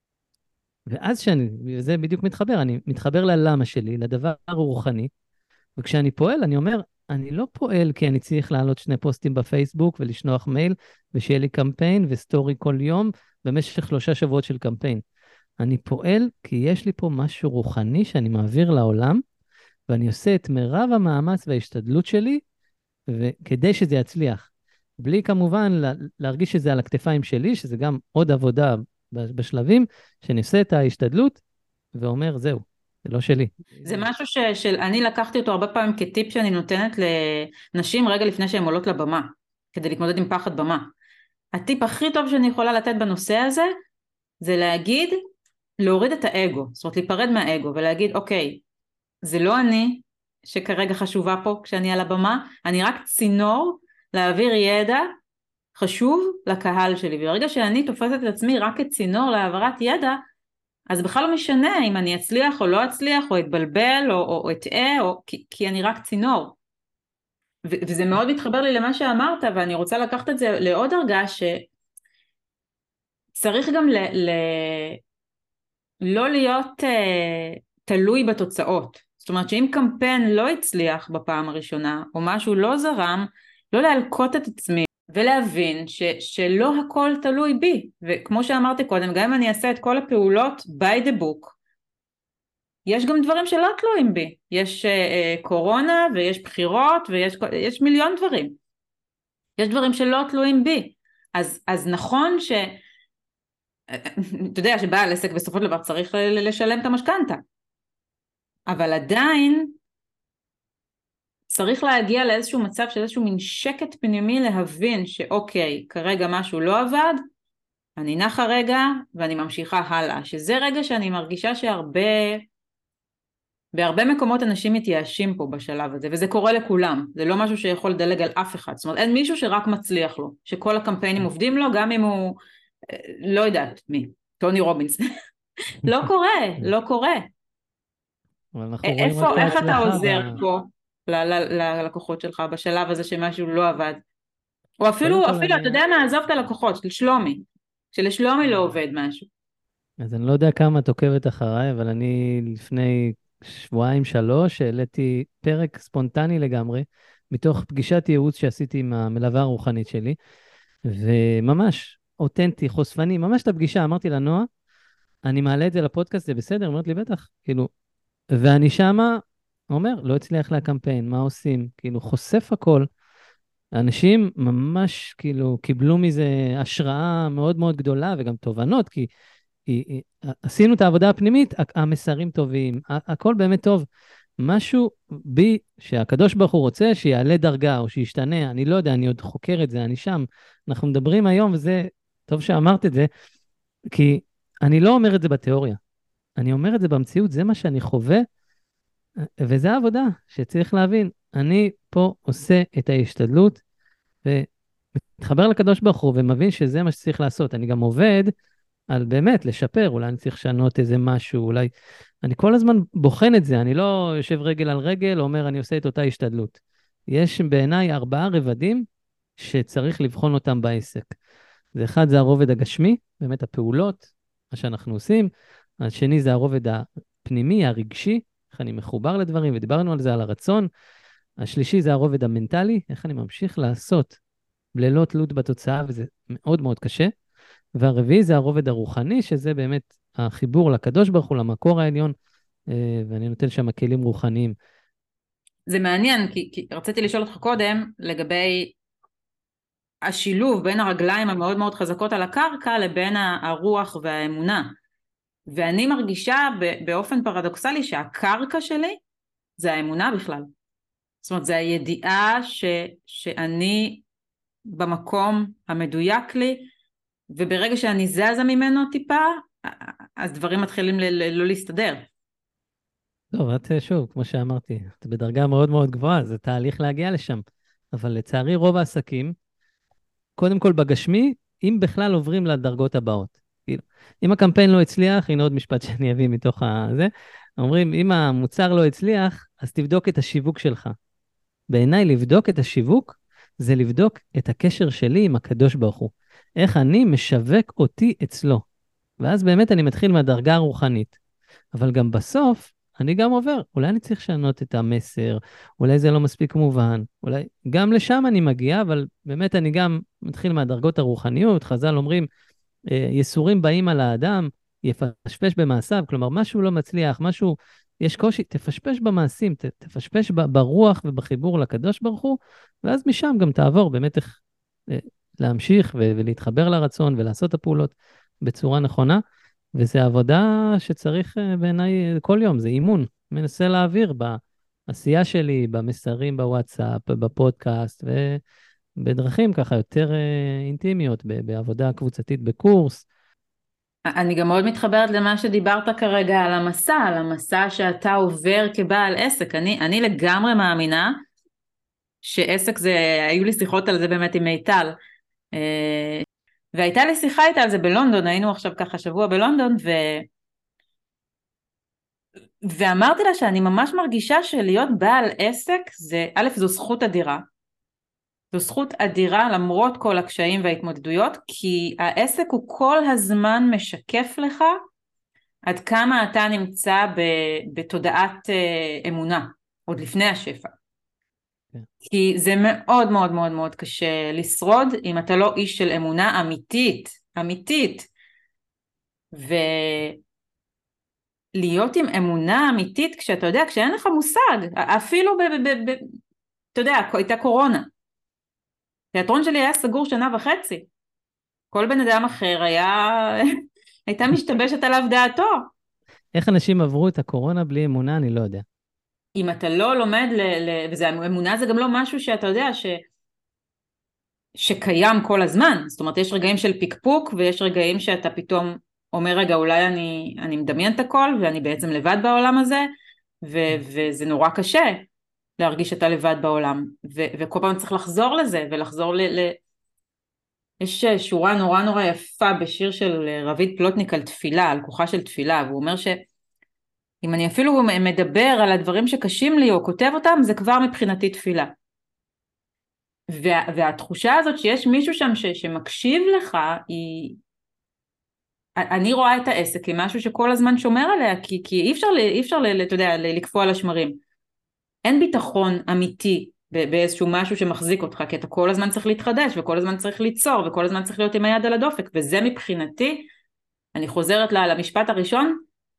ואז וזה בדיוק מתחבר, אני מתחבר ללמה שלי, לדבר הרוחני, וכשאני פועל, אני אומר, אני לא פועל כי אני צריך להעלות 2 פוסטים בפייסבוק ולשלוח מייל, ושיהיה לי קמפיין וסטורי כל יום, במשך 3 שבועות של קמפיין. אני פועל כי יש לי פה משהו רוחני שאני מעביר לעולם, ואני עושה את מרב המאמץ וההשתדלות שלי, כדי שזה יצליח. בלי כמובן להרגיש שזה על הכתפיים שלי, שזה גם עוד עבודה בשלבים, שאני עושה את ההשתדלות, ואומר, זהו, זה לא שלי. זה משהו שאני לקחתי אותו הרבה פעמים כטיפ שאני נותנת לנשים רגע לפני שהן עולות לבמה, כדי להתמודד עם פחד במה. הטיפ הכי טוב שאני יכולה לתת בנושא הזה, זה להגיד, להוריד את האגו, זאת אומרת להיפרד מהאגו, ולהגיד, אוקיי, זה לא אני שכרגע חשובה פה כשאני על הבמה, אני רק צינור להעביר ידע חשוב לקהל שלי, וברגע שאני תופסת את עצמי רק כצינור להעברת ידע, אז בכלל לא משנה אם אני אצליח או לא אצליח, או אתבלבל או אטעה, כי אני רק צינור. וזה מאוד מתחבר לי למה שאמרת, ואני רוצה לקחת את זה לעוד דרגה, שצריך גם לא להיות תלוי בתוצאות. זאת אומרת שאם קמפיין לא הצליח בפעם הראשונה, או משהו לא זרם, לא להלקות את עצמי, ולהבין שלא הכל תלוי בי, וכמו שאמרתי קודם, גם אם אני אעשה את כל הפעולות by the book, יש גם דברים שלא תלויים בי, יש קורונה ויש בחירות ויש מיליון דברים, יש דברים שלא תלויים בי, אז נכון אתה יודע שבעל עסק בסופו של דבר צריך לשלם את המשכנתה, אבל עדיין צריך להגיע לאיזשהו מצב של איזשהו מין שקט פנימי להבין שאוקיי, כרגע משהו לא עבד, אני נחה רגע ואני ממשיכה הלאה, שזה רגע שאני מרגישה בהרבה מקומות אנשים מתייאשים פה בשלב הזה, וזה קורה לכולם, זה לא משהו שיכול לדלג על אף אחד, זאת אומרת אין מישהו שרק מצליח לו, שכל הקמפיינים עובדים לו, גם אם הוא, לא יודעת מי, טוני רובינס, לא קורה, לא קורה. אבל אנחנו רואים רק את איך אתה ההצלחה עוזר פה ללקוחות שלך בשלב הזה שמשהו לא עבד? או אפילו, קודם כל אתה יודע מה, עזוב את הלקוחות, של שלומי, שלשלומי לא עובד משהו. אז אני לא יודע כמה את עוקבת אחריי, אבל אני לפני 2-3 העליתי פרק ספונטני לגמרי, מתוך פגישת ייעוץ שעשיתי עם המלווה הרוחנית שלי, וממש אותנטי, חושפני, ממש את הפגישה, אמרתי לה, נועה, אני מעלה את זה לפודקאסט, זה בסדר? אמרת לי, בטח, כאילו, ואני שמה אומר, לא הצליח לה קמפיין, מה עושים? כאילו, חושף הכל. אנשים ממש כאילו קיבלו מזה השראה מאוד מאוד גדולה, וגם תובנות, כי עשינו את העבודה הפנימית, המסרים טובים, הכל באמת טוב. משהו בי שהקדוש ברוך הוא רוצה שיעלה דרגה או שישתנה, אני לא יודע, אני עוד חוקר את זה, אני שם. אנחנו מדברים היום, וזה טוב שאמרת את זה, כי אני לא אומר את זה בתיאוריה. אני אומר את זה במציאות, זה מה שאני חווה, וזה העבודה שצריך להבין. אני פה עושה את ההשתדלות, ומתחבר לקדוש ברוך הוא, ומבין שזה מה שצריך לעשות. אני גם עובד על באמת לשפר, אולי אני צריך לשנות איזה משהו, אולי... אני כל הזמן בוחן את זה, אני לא יושב רגל על רגל, אומר אני עושה את אותה השתדלות. יש בעיניי 4 רבדים שצריך לבחון אותם בעסק. זה אחד, זה הרובד הגשמי, באמת הפעולות, מה שאנחנו עושים. השני זה הרובד הפנימי, הרגשי, איך אני מחובר לדברים, ודיברנו על זה, על הרצון. השלישי זה הרובד המנטלי, איך אני ממשיך לעשות ללא תלות בתוצאה, וזה מאוד מאוד קשה. והרביעי זה הרובד הרוחני, שזה באמת החיבור לקדוש ברוך הוא, למקור העליון, ואני נותן שם כלים רוחניים. זה מעניין, כי רציתי לשאול אותך קודם, לגבי השילוב בין הרגליים המאוד מאוד חזקות על הקרקע, לבין הרוח והאמונה. ואני מרגישה באופן פרדוקסלי שהקרקע שלי זה האמונה בכלל. זאת אומרת, זה הידיעה שאני במקום המדויק לי, וברגע שאני זזה ממנו טיפה, אז דברים מתחילים לא להסתדר. טוב, את שוב, כמו שאמרתי, את בדרגה מאוד מאוד גבוהה, זה תהליך להגיע לשם. אבל לצערי רוב העסקים, קודם כל בגשמי, אם בכלל עוברים לדרגות הבאות. כאילו, אם הקמפיין לא הצליח, הנה עוד משפט שאני אביא מתוך זה, אומרים, אם המוצר לא הצליח, אז תבדוק את השיווק שלך. בעיניי לבדוק את השיווק, זה לבדוק את הקשר שלי עם הקדוש ברוך הוא. איך אני משווק אותי אצלו. ואז באמת אני מתחיל מהדרגה הרוחנית. אבל גם בסוף, אני גם עובר, אולי אני צריך לשנות את המסר, אולי זה לא מספיק מובן, אולי גם לשם אני מגיע, אבל באמת אני גם מתחיל מהדרגות הרוחניות, חז"ל אומרים, יסורים באים על האדם, יפשפש במעשיו, כלומר משהו לא מצליח, משהו, יש קושי, תפשפש במעשים, תפשפש ברוח ובחיבור לקדוש ברוך הוא, ואז משם גם תעבור באמת איך להמשיך ולהתחבר לרצון ולעשות את הפעולות בצורה נכונה, וזו עבודה שצריך בעיניי כל יום, זה אימון. מנסה להעביר בעשייה שלי, במסרים בוואטסאפ, בפודקאסט, ובדרכים ככה יותר אינטימיות, בעבודה קבוצתית בקורס. אני גם מאוד מתחברת למה שדיברת כרגע על המסע שאתה עובר כבעל עסק. אני לגמרי מאמינה שעסק זה, היו לי שיחות על זה באמת עם מיטל, והייתה לי שיחה איתה על זה בלונדון, היינו עכשיו ככה שבוע בלונדון, ואמרתי לה שאני ממש מרגישה שלהיות בעל עסק, א', זו זכות אדירה. זו זכות אדירה למרות כל הקשיים וההתמודדויות, כי העסק הוא כל הזמן משקף לך עד כמה אתה נמצא בתודעת אמונה, עוד לפני השפע. כי זה מאוד מאוד מאוד מאוד קשה לשרוד אם אתה לא איש של אמונה אמיתית. ולהיות עם אמונה אמיתית כשאתה יודע, כשאין לך מושג, אפילו אתה יודע, הייתה קורונה. התיאטרון שלי היה סגור 1.5 שנה. כל בן אדם אחר הייתה משתבשת עליו דעתו. איך אנשים עברו את הקורונה בלי אמונה, אני לא יודע. אם אתה לא לומד, אמונה זה גם לא משהו שאתה יודע שקיים כל הזמן, זאת אומרת יש רגעים של פיקפוק, ויש רגעים שאתה פתאום אומר רגע אולי אני מדמיין את הכל, ואני בעצם לבד בעולם הזה, וזה נורא קשה להרגיש שאתה לבד בעולם, וכל פעם צריך לחזור לזה, ולחזור יש שורה נורא נורא יפה בשיר של רביד פלוטניק על תפילה, על כוחה של תפילה, והוא אומר שאם אני אפילו מדבר על הדברים שקשים לי, או כותב אותם, זה כבר מבחינתי תפילה. והתחושה הזאת שיש מישהו שם שמקשיב לך, אני רואה את העסק כמשהו שכל הזמן שומר עליה, כי אי אפשר אתה יודע, לקפוא על השמרים. אין ביטחון אמיתי באיזשהו משהו שמחזיק אותך, כי אתה כל הזמן צריך להתחדש, וכל הזמן צריך ליצור, וכל הזמן צריך להיות עם היד על הדופק, וזה מבחינתי, אני חוזרת למשפט הראשון,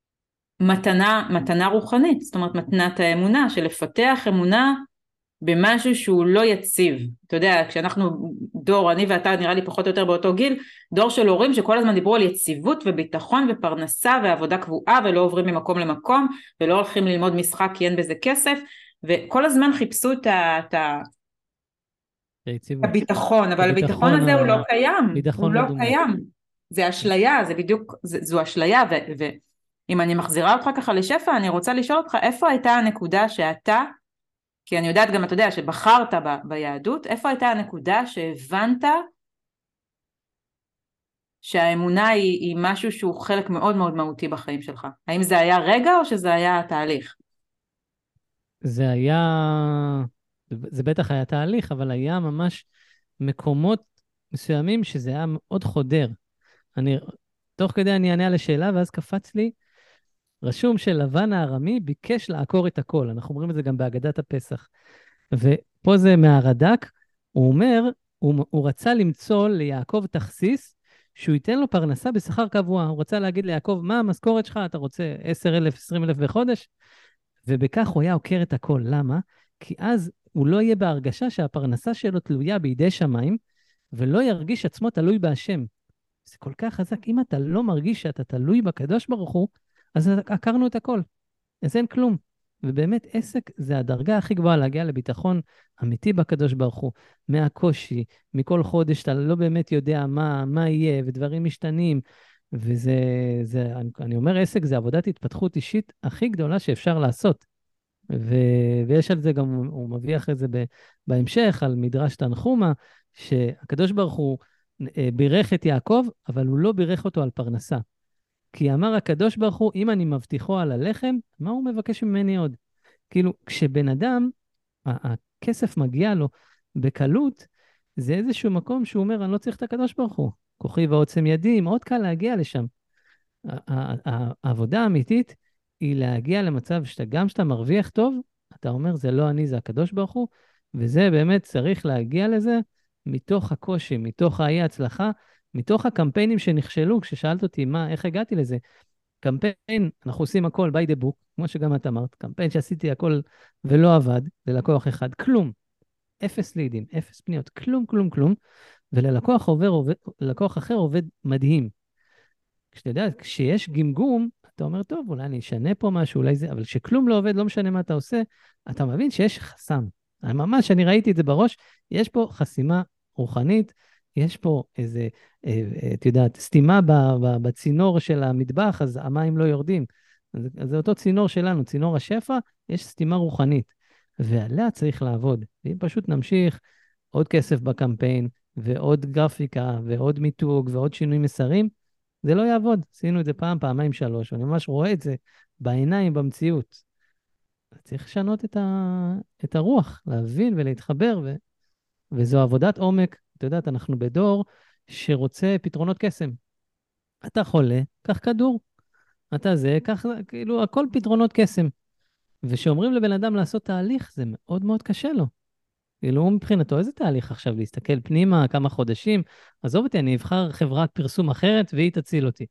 מתנה רוחנית, זאת אומרת מתנת האמונה, של לפתח אמונה במשהו שהוא לא יציב. אתה יודע, כשאנחנו דור, אני ואתה נראה לי פחות או יותר באותו גיל, דור של הורים שכל הזמן דיברו על יציבות וביטחון ופרנסה ועבודה קבועה, ולא עוברים ממקום למקום, ולא הולכים ללמוד משחק כי אין בזה כסף, וכל הזמן חיפשו את הביטחון, אבל הביטחון הזה הוא לא קיים, הוא לא קיים, זה אשליה, זה בדיוק, זו אשליה, ואם אני מחזירה אותך ככה לשפע, אני רוצה לשאול אותך, איפה הייתה הנקודה שאתה, כי אני יודעת גם, אתה יודע, שבחרת ביהדות, איפה הייתה הנקודה שהבנת שהאמונה היא משהו שהוא חלק מאוד מאוד מהותי בחיים שלך? האם זה היה רגע או שזה היה תהליך? זה בטח היה תהליך, אבל היה ממש מקומות מסוימים שזה היה מאוד חודר. תוך כדי אני אענה על השאלה, ואז קפץ לי, רשום שלבן הארמי ביקש לעקור את הכל. אנחנו אומרים את זה גם בהגדת הפסח. ופה זה מהרד"ק, הוא אומר, הוא רצה למצוא ליעקב תכסיס, שהוא ייתן לו פרנסה בשכר קבוע. הוא רצה להגיד ליעקב, מה המשכורת שלך? אתה רוצה 10,000, 20,000 בחודש? ובכך הוא היה עוקר את הכל. למה? כי אז הוא לא יהיה בהרגשה שהפרנסה שלו תלויה בידי שמיים, ולא ירגיש עצמו תלוי בהשם. זה כל כך חזק. אם אתה לא מרגיש שאתה תלוי בקדוש ברוך הוא, אז עקרנו את הכל. אז אין כלום. ובאמת עסק זה הדרגה הכי גבוהה להגיע לביטחון אמיתי בקדוש ברוך הוא. מהקושי, מכל חודש אתה לא באמת יודע מה יהיה, ודברים משתנים. אני אומר עסק זה עבודת התפתחות אישית הכי גדולה שאפשר לעשות. ויש על זה גם, הוא מביא אחרי זה בהמשך, על מדרש תנחומה, שהקדוש ברוך הוא בירך את יעקב, אבל הוא לא בירך אותו על פרנסה. כי אמר הקדוש ברוך הוא, אם אני מבטיחו על הלחם, מה הוא מבקש ממני עוד? כאילו, כשבן אדם, הכסף מגיע לו בקלות, זה איזשהו מקום שהוא אומר, אני לא צריך את הקדוש ברוך הוא. כוחי ועוצם ידי, מאוד קל להגיע לשם. העבודה האמיתית היא להגיע למצב שגם שאתה מרוויח טוב, אתה אומר, זה לא אני, זה הקדוש ברוך הוא, וזה באמת צריך להגיע לזה מתוך הקושי, מתוך האי הצלחה, מתוך הקמפיינים שנכשלו, כששאלת אותי איך הגעתי לזה, קמפיין, אנחנו עושים הכל by the book, כמו שגם את אמרת, קמפיין שעשיתי הכל ולא עבד, ללקוח אחד, כלום, 0 לידים, 0 פניות, כלום, וללקוח אחר עובד מדהים. כשאתה יודע, כשיש גמגום, אתה אומר, טוב, אולי אני אשנה פה משהו, אולי זה, אבל כשכלום לא עובד, לא משנה מה אתה עושה, אתה מבין שיש חסם. ממש, אני ראיתי את זה בראש, יש פה חסימה רוחנית, יש פה איזה, את יודעת, סתימה בצינור של המטבח, אז המים לא יורדים. אז זה אותו צינור שלנו, צינור השפע, יש סתימה רוחנית, ועליה צריך לעבוד. ואם פשוט נמשיך עוד כסף בקמפיין, ועוד גרפיקה, ועוד מיתוג, ועוד שינוי מסרים, זה לא יעבוד. עשינו את זה פעמיים, 3, ואני ממש רואה את זה בעיניים, במציאות. צריך לשנות את הרוח, להבין ולהתחבר, וזו עבודת עומק. אתה יודעת, אנחנו בדור שרוצה פתרונות קסם. אתה חולה, קח כדור. אתה זה, קח, כאילו, הכל פתרונות קסם. ושאומרים לבן אדם לעשות תהליך, זה מאוד מאוד קשה לו. כאילו, הוא מבחינתו, איזה תהליך עכשיו? להסתכל פנימה כמה חודשים, עזוב אותי, אני אבחר חברת פרסום אחרת, והיא תציל אותי.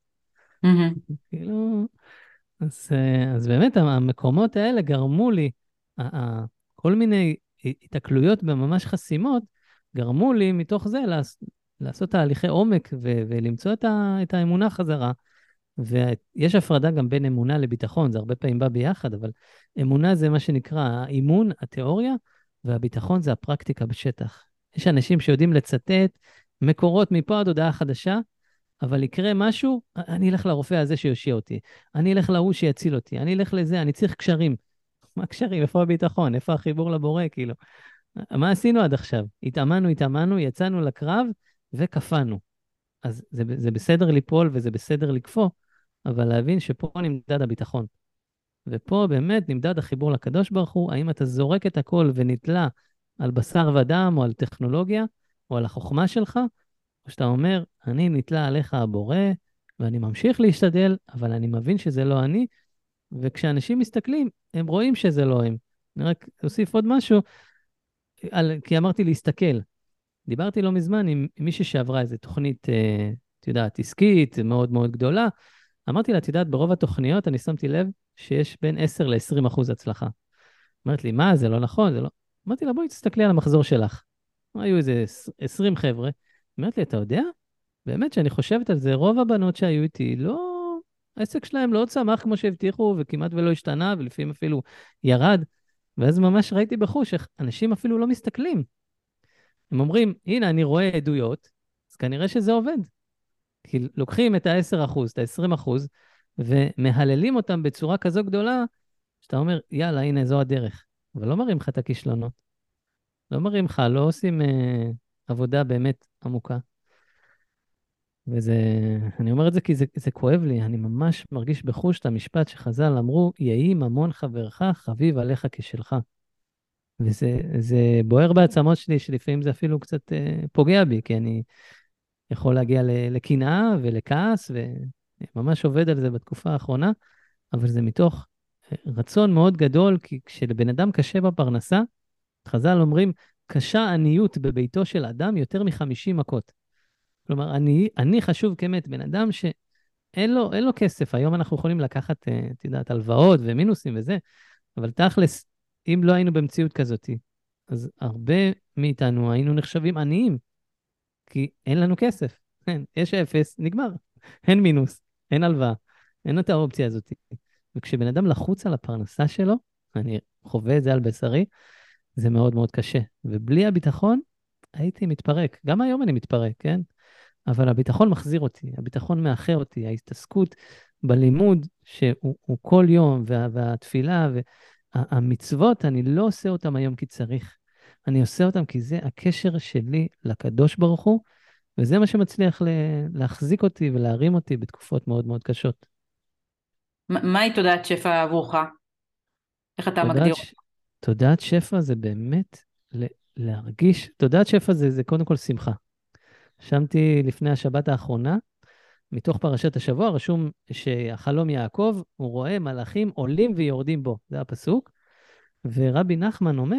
כאילו, אז באמת, המקומות האלה גרמו לי, כל מיני התקלויות בממש חסימות, גרמו לי מתוך זה לעשות תהליכי עומק ולמצוא את האמונה חזרה, ויש הפרדה גם בין אמונה לביטחון, זה הרבה פעמים בא ביחד, אבל אמונה זה מה שנקרא האימון, התיאוריה, והביטחון זה הפרקטיקה בשטח. יש אנשים שיודעים לצטט מקורות מפה עד הודעה חדשה, אבל יקרה משהו, אני אלך לרופא הזה שיושיע אותי, אני אלך להוא שיציל אותי, אני אלך לזה, אני צריך קשרים. מה קשרים? איפה הביטחון? איפה החיבור לבורא? כאילו, מה עשינו עד עכשיו? התאמנו, יצאנו לקרב וקפאנו. אז זה בסדר ליפול וזה בסדר לקפוא, אבל להבין שפה נמדד הביטחון. ופה באמת נמדד החיבור לקדוש ברוך הוא, האם אתה זורק את הכל ונתלה על בשר ודם או על טכנולוגיה או על החוכמה שלך, או שאתה אומר, אני נתלה עליך הבורא, ואני ממשיך להשתדל, אבל אני מבין שזה לא אני, וכשאנשים מסתכלים, הם רואים שזה לא הם. אני רק אוסיף עוד משהו, כי אמרתי להסתכל. דיברתי לא מזמן עם מישהי שעברה איזו תוכנית, את יודעת, עסקית, מאוד מאוד גדולה. אמרתי לה, את יודעת, ברוב התוכניות אני שמתי לב שיש בין 10 ל-20% הצלחה. אמרת לי, מה, זה לא נכון, זה לא... אמרתי לה, בואי תסתכלי על המחזור שלך. היו איזה 20 חבר'ה. אמרת לי, אתה יודע? באמת שאני חושבת על זה, רוב הבנות שהיו איתי, לא... העסק שלהם לא צמח כמו שהבטיחו, וכמעט ולא השתנה, ולפעמים אפילו ירד. ואז ממש ראיתי בחוש איך אנשים אפילו לא מסתכלים. הם אומרים, הנה, אני רואה עדויות, אז כנראה שזה עובד. כי לוקחים את ה-10%, את ה-20%, ומהללים אותם בצורה כזו גדולה, שאתה אומר, יאללה, הנה, זו הדרך. אבל לא מראים לך את הכישלונות. לא מראים לך, לא עושים עבודה באמת עמוקה. וזה, אני אומר את זה כי זה כואב לי, אני ממש מרגיש בחוש את המשפט שחז"ל אמרו, יהי ממון חברך, חביב עליך כשלך. וזה בוער בעצמות שלי, שלפעמים זה אפילו קצת פוגע בי, כי אני יכול להגיע לקנאה ולכעס, וממש עובד על זה בתקופה האחרונה, אבל זה מתוך רצון מאוד גדול, כי כשלבן אדם קשה בפרנסה, חז"ל אומרים, קשה עניות בביתו של אדם יותר מ-50 מכות. כלומר, אני חשוב כמת, בן אדם שאין לו כסף. היום אנחנו יכולים לקחת, את יודעת, הלוואות ומינוסים וזה, אבל תכלס, אם לא היינו במציאות כזאת, אז הרבה מאיתנו היינו נחשבים עניים, כי אין לנו כסף. יש 0, נגמר. אין מינוס, אין הלוואה, אין את האופציה הזאת. וכשבן אדם לחוץ על הפרנסה שלו, אני חווה את זה על בשרי, זה מאוד מאוד קשה. ובלי הביטחון, הייתי מתפרק. גם היום אני מתפרק, כן? אבל הביטחון מחזיר אותי, הביטחון מאחר אותי, ההתעסקות בלימוד שהוא כל יום, והתפילה והמצוות, אני לא עושה אותם היום כי צריך. אני עושה אותם כי זה הקשר שלי לקדוש ברוך הוא, וזה מה שמצליח להחזיק אותי ולהרים אותי בתקופות מאוד מאוד קשות. מהי תודעת שפע עבורך? איך אתה מגדיר? תודעת שפע זה באמת להרגיש, תודעת שפע זה קודם כל שמחה. שמתי לפני השבת האחרונה, מתוך פרשת השבוע, רשום שהחלום יעקב, הוא רואה מלאכים עולים ויורדים בו, זה הפסוק, ורבי נחמן אומר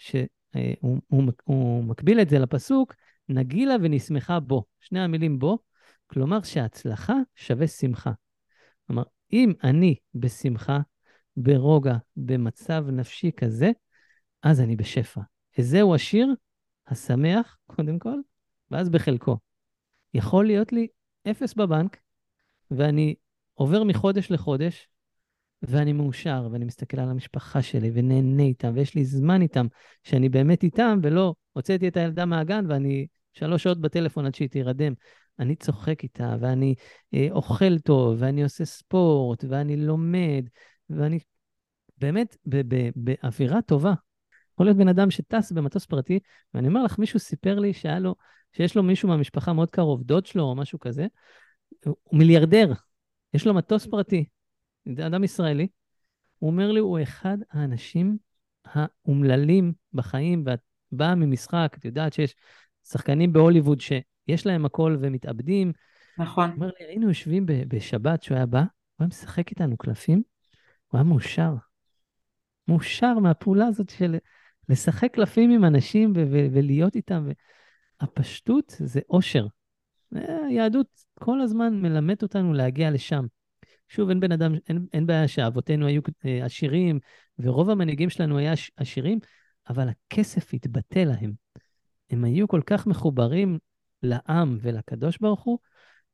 שהוא מקביל את זה לפסוק, נגילה ונשמחה בו, שני המילים בו, כלומר שההצלחה שווה שמחה. כלומר, אם אני בשמחה, ברוגע, במצב נפשי כזה, אז אני בשפע. זהו השיר השמח, קודם כל, ואז בחלקו. יכול להיות לי 0 בבנק, ואני עובר מחודש לחודש, ואני מאושר, ואני מסתכל על המשפחה שלי, ונהנה איתם, ויש לי זמן איתם, שאני באמת איתם, ולא הוצאתי את הילדה מהגן, ואני 3 שעות בטלפון עד שהיא תירדם. אני צוחק איתה, ואני אוכל טוב, ואני עושה ספורט, ואני לומד, ואני באמת באווירה טובה. יכול להיות בן אדם שטס במטוס פרטי, ואני אומר לך, מישהו סיפר לי שיש לו מישהו מהמשפחה מאוד קרוב, דוד שלו או משהו כזה, הוא מיליארדר, יש לו מטוס פרטי, אדם ישראלי, הוא אומר לי, הוא אחד האנשים האומללים בחיים, ואת באה ממשחק, את יודעת שיש שחקנים בהוליווד שיש להם הכל ומתאבדים. נכון. הוא אומר לי, היינו יושבים בשבת שהוא היה בא, הוא היה משחק איתנו קלפים, הוא היה מאושר מהפעולה הזאת של לשחק קלפים עם אנשים ולהיות איתם. הפשטות זה אושר. היהדות כל הזמן מלמד אותנו להגיע לשם. שוב, אין בעיה שאבותינו היו עשירים, ורוב המנהיגים שלנו היה עשירים, אבל הכסף התבטא להם. הם היו כל כך מחוברים לעם ולקדוש ברוך הוא,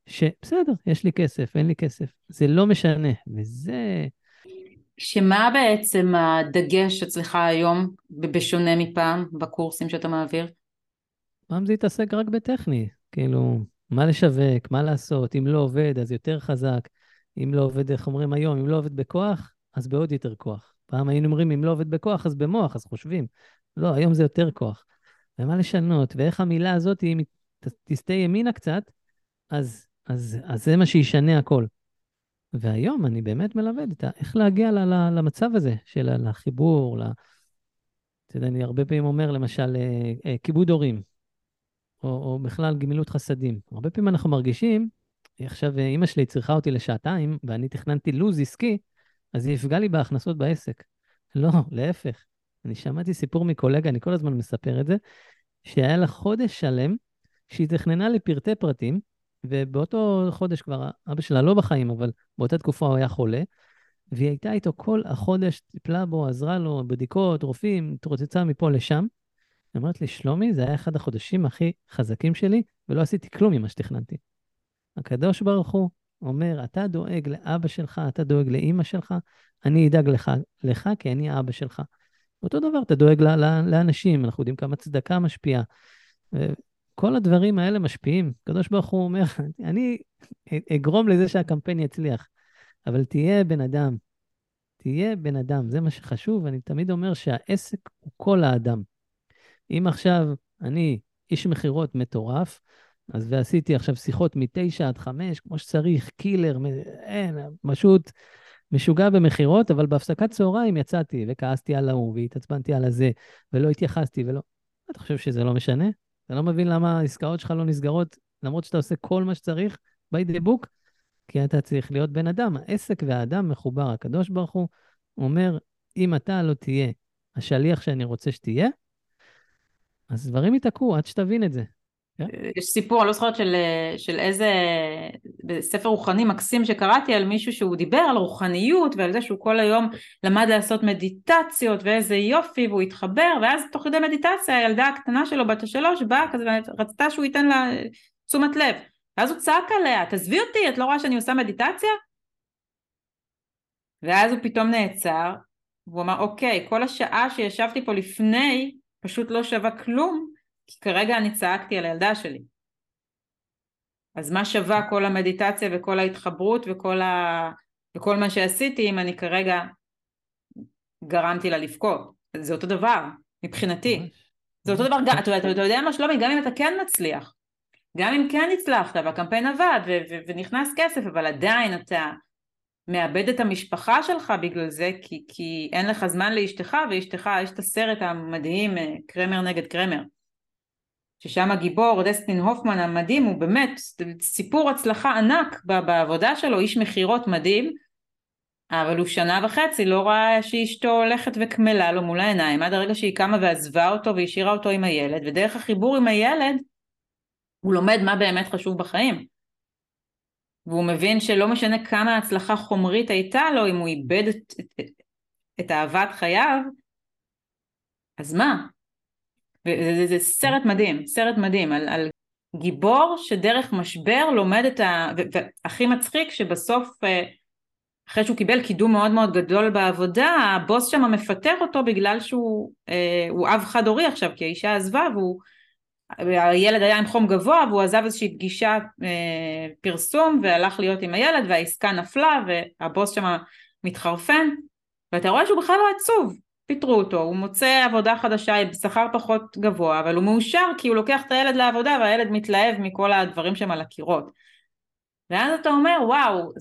שבסדר, יש לי כסף, אין לי כסף, זה לא משנה, וזה... שמה בעצם הדגש אצלך היום, בשונה מפעם, בקורסים שאתה מעביר? פעם זה התעסק רק בטכני, כאילו, מה לשווק, מה לעשות, אם לא עובד, אז יותר חזק, אם לא עובד, איך אומרים היום, אם לא עובד בכוח, אז בעוד יותר כוח. פעם היינו אומרים, אם לא עובד בכוח, אז במוח, אז חושבים. לא, היום זה יותר כוח. ומה לשנות, ואיך המילה הזאת, אם תסטה ימינה קצת, אז זה מה שישנה הכל. והיום אני באמת מלמד איך להגיע למצב הזה, של החיבור, אתה יודע, אני הרבה פעמים אומר, למשל, כיבוד הורים. או בכלל גמילות חסדים. הרבה פעמים אנחנו מרגישים, עכשיו אמא שלי צריכה אותי לשעתיים, ואני תכננתי לוז עסקי, אז היא יפגע לי בהכנסות בעסק. לא, להפך. אני שמעתי סיפור מקולגה, אני כל הזמן מספר את זה, שהיה לה חודש שלם, שהיא תכננה לפרטי פרטים, ובאותו חודש כבר אבא שלה לא בחיים, אבל באותה תקופה הוא היה חולה, והיא הייתה איתו כל החודש, טיפלה בו, עזרה לו, בדיקות, רופאים, התרוצצה מפה לשם, היא אומרת לי, שלומי, זה היה אחד החודשים הכי חזקים שלי, ולא עשיתי כלום ממה שתכננתי. הקדוש ברוך הוא אומר, אתה דואג לאבא שלך, אתה דואג לאמא שלך, אני אדאג לך כי אני האבא שלך. אותו דבר, אתה דואג לאנשים, אנחנו יודעים כמה צדקה משפיעה. כל הדברים האלה משפיעים. הקדוש ברוך הוא אומר, אני אגרום לזה שהקמפיין יצליח, אבל תהיה בן אדם, תהיה בן אדם, זה מה שחשוב, אני תמיד אומר שהעסק הוא כל האדם. אם עכשיו אני איש מחירות מטורף, אז ועשיתי עכשיו שיחות מ9 עד 5, כמו שצריך, קילר, אין, פשוט משוגע במחירות, אבל בהפסקת צהריים יצאתי וכעסתי על ההוא, והתעצבנתי על הזה, ולא התייחסתי, ולא... אתה חושב שזה לא משנה? אתה לא מבין למה העסקאות שלך לא נסגרות, למרות שאתה עושה כל מה שצריך, by the book, כי אתה צריך להיות בן אדם. העסק והאדם מחובר. הקדוש ברוך הוא אומר, אם אתה לא תהיה השליח שאני רוצה שתהיה, אז דברים ייתקעו עד שתבין את זה. כן? יש סיפור, אני לא זוכרת של איזה, בספר רוחני מקסים שקראתי על מישהו שהוא דיבר על רוחניות ועל זה שהוא כל היום למד לעשות מדיטציות ואיזה יופי והוא התחבר, ואז תוך כדי מדיטציה הילדה הקטנה שלו בת 3 באה כזה ורצתה שהוא ייתן לה תשומת לב, ואז הוא צעק עליה, תעזבי אותי, את לא רואה שאני עושה מדיטציה? ואז הוא פתאום נעצר והוא אמר, אוקיי, כל השעה שישבתי פה לפני פשוט לא שווה כלום, כי כרגע אני צעקתי על הילדה שלי. אז מה שווה כל המדיטציה וכל ההתחברות וכל מה שעשיתי אם אני כרגע גרמתי לה לבכות? זה אותו דבר, מבחינתי. זה אותו דבר, אתה יודע מה שלומי, גם אם אתה כן מצליח, גם אם כן הצלחת והקמפיין עבד ונכנס כסף, אבל עדיין אתה מאבד את המשפחה שלך בגלל זה, כי אין לך זמן לאשתך, ואשתך, יש את הסרט המדהים, קרמר נגד קרמר, ששם הגיבור, דסטין הופמן המדהים, הוא באמת סיפור הצלחה ענק בעבודה שלו, איש מחירות מדהים, אבל הוא 1.5 שנה לא ראה שאשתו הולכת וקמלה לו מול העיניים, עד הרגע שהיא קמה ועזבה אותו והשאירה אותו עם הילד, ודרך החיבור עם הילד, הוא לומד מה באמת חשוב בחיים. והוא מבין שלא משנה כמה הצלחה חומרית הייתה לו, אם הוא איבד את אהבת חייו, אז מה? זה סרט מדהים, סרט מדהים, על גיבור שדרך משבר לומד והכי מצחיק שבסוף, אחרי שהוא קיבל קידום מאוד מאוד גדול בעבודה, הבוס שם מפטר אותו בגלל שהוא אב חד הורי עכשיו, כי האישה עזבה, והילד היה עם חום גבוה, והוא עזב איזושהי פגישה פרסום, והלך להיות עם הילד, והעסקה נפלה, והבוס שם מתחרפן, ואתה רואה שהוא בכלל לא עצוב, פיטרו אותו, הוא מוצא עבודה חדשה, בשכר פחות גבוה, אבל הוא מאושר כי הוא לוקח את הילד לעבודה, והילד מתלהב מכל הדברים שם על הקירות. ואז אתה אומר, וואו,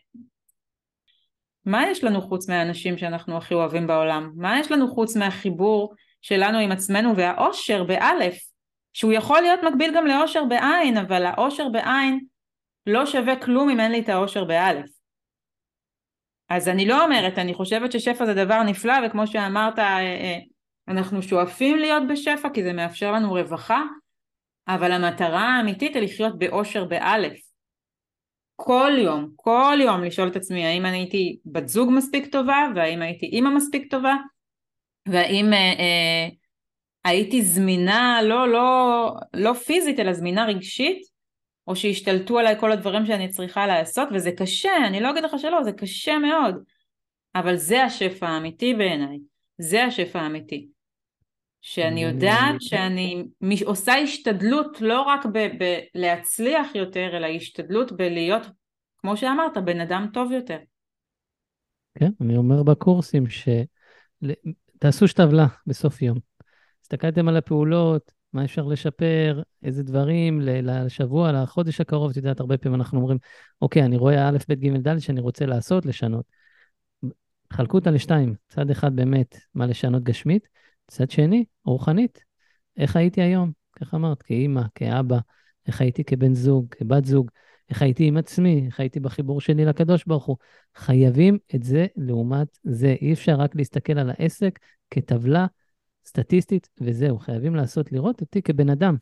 מה יש לנו חוץ מהאנשים שאנחנו הכי אוהבים בעולם? מה יש לנו חוץ מהחיבור שלנו עם עצמנו, והאושר באלף, שהוא יכול להיות מקביל גם לאושר בעין, אבל האושר בעין לא שווה כלום אם אין לי את האושר באלף. אז אני לא אומרת, אני חושבת ששפע זה דבר נפלא, וכמו שאמרת, אנחנו שואפים להיות בשפע, כי זה מאפשר לנו רווחה, אבל המטרה האמיתית היא לחיות באושר באלף. כל יום לשאול את עצמי, האם אני הייתי בת זוג מספיק טובה, והאם הייתי אימא מספיק טובה, והאם הייתי זמינה, לא פיזית, אלא זמינה רגשית, או שהשתלטו עליי כל הדברים שאני צריכה לעשות, וזה קשה, אני לא אגיד לך שלא, זה קשה מאוד, אבל זה השפע האמיתי בעיניי, זה השפע האמיתי. שאני יודעת שאני עושה השתדלות לא רק להצליח יותר, אלא השתדלות בלהיות, כמו שאמרת, בן אדם טוב יותר. כן, אני אומר בקורסים תעשו שטבלה בסוף יום. הסתכלתם על הפעולות, מה אפשר לשפר, איזה דברים לשבוע, לחודש הקרוב, את יודעת, הרבה פעמים אנחנו אומרים, אוקיי, אני רואה א', ב', ג', ד' שאני רוצה לעשות, לשנות. חלקו אותה לשתיים, צד אחד באמת מה לשנות גשמית, צד שני, רוחנית. איך הייתי היום? איך אמרת? כאימא, כאבא, איך הייתי כבן זוג, כבת זוג, איך הייתי עם עצמי, איך הייתי בחיבור שלי לקדוש ברוך הוא. חייבים את זה לעומת זה. אי אפשר רק להסתכל על העסק כטבלה סטטיסטית, וזהו. חייבים לראות אותי כבן אדם.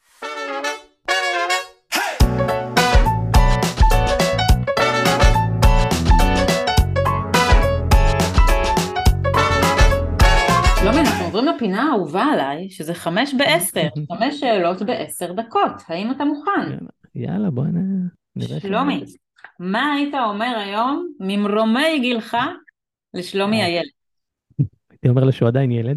שלומי, אנחנו עוברים לפינה האהובה עליי, שזה 5:10, 5 שאלות ב10 דקות. האם אתה מוכן? יאללה, בוא נראה. שלומי, מה היית אומר היום ממרומי גילך לשלומי הילד? הייתי אומר לו שהוא עדיין ילד,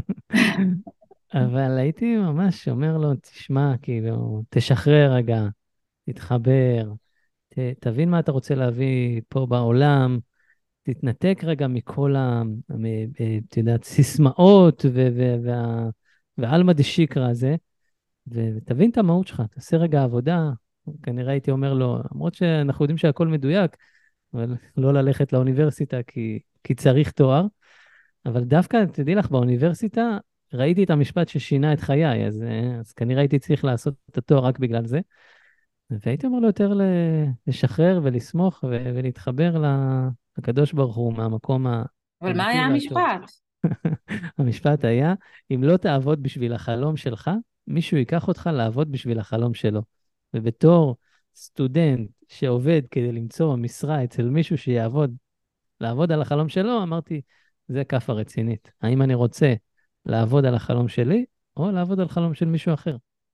אבל הייתי ממש אומר לו, תשמע, כאילו, תשחרר רגע, תתחבר, תבין מה אתה רוצה להביא פה בעולם, תתנתק רגע מכל את יודעת, סיסמאות ועלמא דשיקרא הזה, ותבין את המהות שלך, תעשה רגע עבודה. כנראה הייתי אומר לו, למרות שאנחנו יודעים שהכל מדויק, אבל לא ללכת לאוניברסיטה כי צריך תואר, אבל דווקא, תדעי לך, באוניברסיטה ראיתי את המשפט ששינה את חיי, אז כנראה הייתי צריך לעשות את התואר רק בגלל זה, והייתי אומר לו יותר לשחרר ולסמוך ולהתחבר לקדוש ברוך הוא מהמקום האמיתי. אבל מה היה המשפט? המשפט היה, אם לא תעבוד בשביל החלום שלך, מישהו ייקח אותך לעבוד בשביל החלום שלו. ובתור סטודנט שעובד כדי למצוא משרה אצל מישהו לעבוד על החלום שלו, אמרתי, זה כפה רצינית. האם אני רוצה לעבוד על החלום שלי, או לעבוד על חלום של מישהו אחר?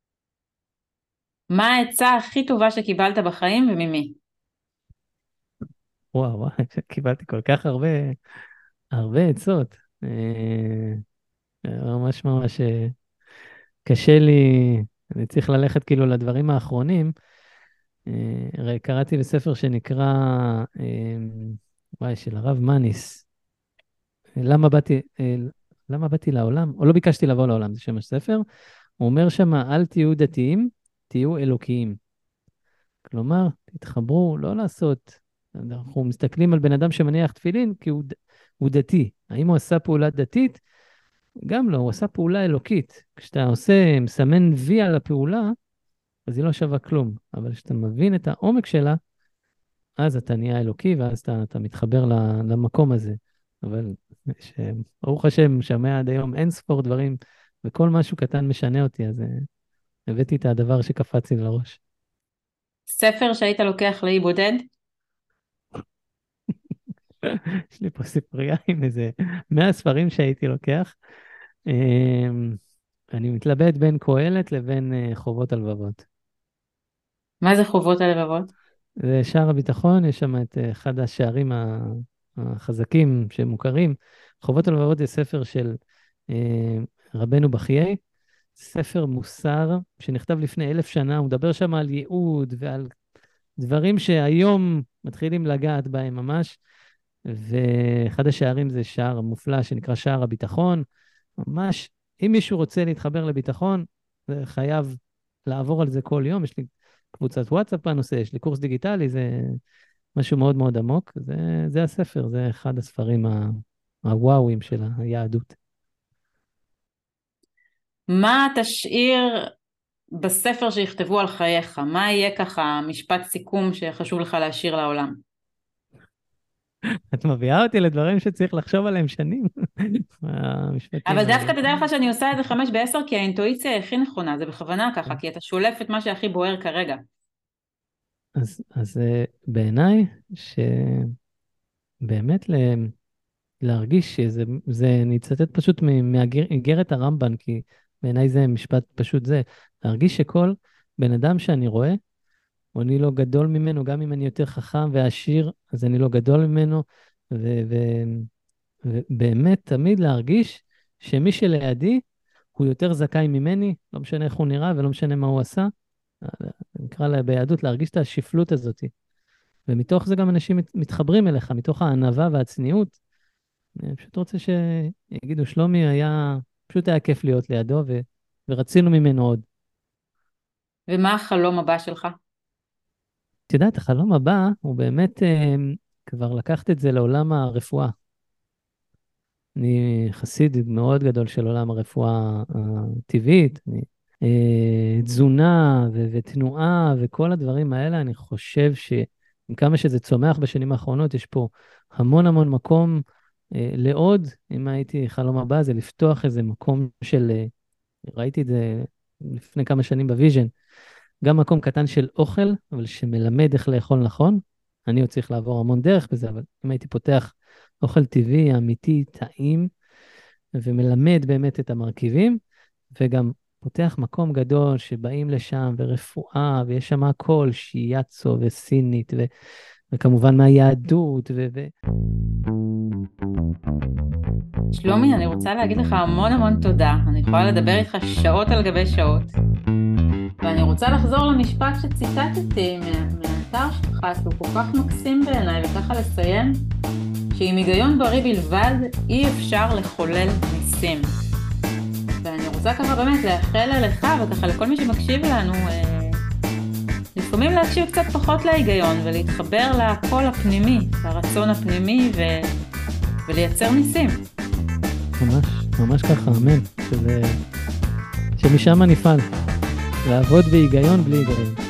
מה העצה הכי טובה שקיבלת בחיים וממי? וואו, קיבלתי כל כך הרבה עצות. ממש ממש קשה לי, אני צריך ללכת כאילו לדברים האחרונים. קראתי בספר שנקרא, של הרב מניס, למה באתי לעולם? או לא ביקשתי לבוא לעולם, זה שם הספר. הוא אומר שם, אל תהיו דתיים, תהיו אלוקיים. כלומר, תתחברו, לא לעשות. אנחנו מסתכלים על בן אדם שמניח תפילין, כי הוא דתי. האם הוא עשה פעולה דתית? גם לא, הוא עשה פעולה אלוקית. כשאתה מסמן וי על הפעולה, אז היא לא שווה כלום. אבל כשאתה מבין את העומק שלה, אז אתה נהיה אלוקי, ואז אתה מתחבר למקום הזה. אבל ברוך השם, שמע עד היום אין ספור דברים, וכל משהו קטן משנה אותי, אז הבאתי את הדבר שקפץ לי לראש. ספר שהיית לוקח לאי בודד? יש לי פה ספרייה עם איזה 100 ספרים שהייתי לוקח. אני מתלבט בין קהלת לבין חובות הלבבות. מה זה חובות הלבבות? זה שער הביטחון, יש שם את אחד השערים החזקים שמוכרים. חובות הלבבות זה ספר של רבנו בחיי, ספר מוסר שנכתב לפני 1000 שנה, הוא מדבר שם על ייעוד ועל דברים שהיום מתחילים לגעת בהם ממש, ואחד השערים זה שער מופלא שנקרא שער הביטחון. ממש, אם מישהו רוצה להתחבר לביטחון, זה חייב לעבור על זה כל יום. יש לי קבוצת וואטסאפ בנושא, יש לי קורס דיגיטלי, זה משהו מאוד מאוד עמוק. זה הספר, זה אחד הספרים הוואויים של היהדות. מה תשאיר בספר שיכתבו על חייך? מה יהיה ככה משפט סיכום שחשוב לך להשאיר לעולם? את מביאה אותי לדברים שצריך לחשוב עליהם שנים. אבל דווקא תדע לך שאני עושה את זה 5:10, כי האינטואיציה היא הכי נכונה, זה בכוונה ככה, כי אתה שולף את מה שהכי בוער כרגע. אז בעיניי, שבאמת להרגיש שזה, אני אצטט פשוט מאיגרת הרמב"ן, כי בעיניי זה משפט פשוט זה, להרגיש שכל בן אדם שאני רואה, או אני לא גדול ממנו, גם אם אני יותר חכם ועשיר, אז אני לא גדול ממנו, ובאמת תמיד להרגיש שמי שלידי הוא יותר זכאי ממני, לא משנה איך הוא נראה ולא משנה מה הוא עשה, נקרא לה ביהדות להרגיש את השפלות הזאת. ומתוך זה גם אנשים מתחברים אליך, מתוך הענווה והצניעות. אני פשוט רוצה שיגידו, שלומי פשוט היה כיף להיות לידו, ורצינו ממנו עוד. ומה החלום הבא שלך? את יודעת, החלום הבא הוא באמת כבר לקחת את זה לעולם הרפואה. אני חסיד מאוד גדול של עולם הרפואה הטבעית, תזונה ותנועה וכל הדברים האלה, אני חושב שעם כמה שזה צומח בשנים האחרונות, יש פה המון המון מקום לעוד. אם הייתי חלום הבא, זה לפתוח איזה מקום של, ראיתי את זה לפני כמה שנים בוויז'ן, גם מקום קטן של אוכל, אבל שמלמד איך לאכול נכון. אני עוד צריך לעבור המון דרך בזה, אבל אם הייתי פותח אוכל טבעי, אמיתי, טעים, ומלמד באמת את המרכיבים, וגם פותח מקום גדול שבאים לשם, ורפואה, ויש שם הכל, שיאצו וסינית, וכמובן מהיהדות, שלומי, אני רוצה להגיד לך המון המון תודה. אני יכולה לדבר איתך שעות על גבי שעות. ואני רוצה לחזור למשפט שציטטתי מהאתר שלך, שהוא כל כך מקסים בעיניי, וככה לסיים, שעם היגיון בריא בלבד אי אפשר לחולל ניסים. ואני רוצה ככה באמת לאחל לך וככה לכל מי שמקשיב לנו, לפעמים להקשיב קצת פחות להיגיון ולהתחבר לקול הפנימי, לרצון הפנימי ולייצר ניסים. ממש, ממש ככה, אמן. שמשם נפעל. לעבוד בהיגיון בלי היגיון.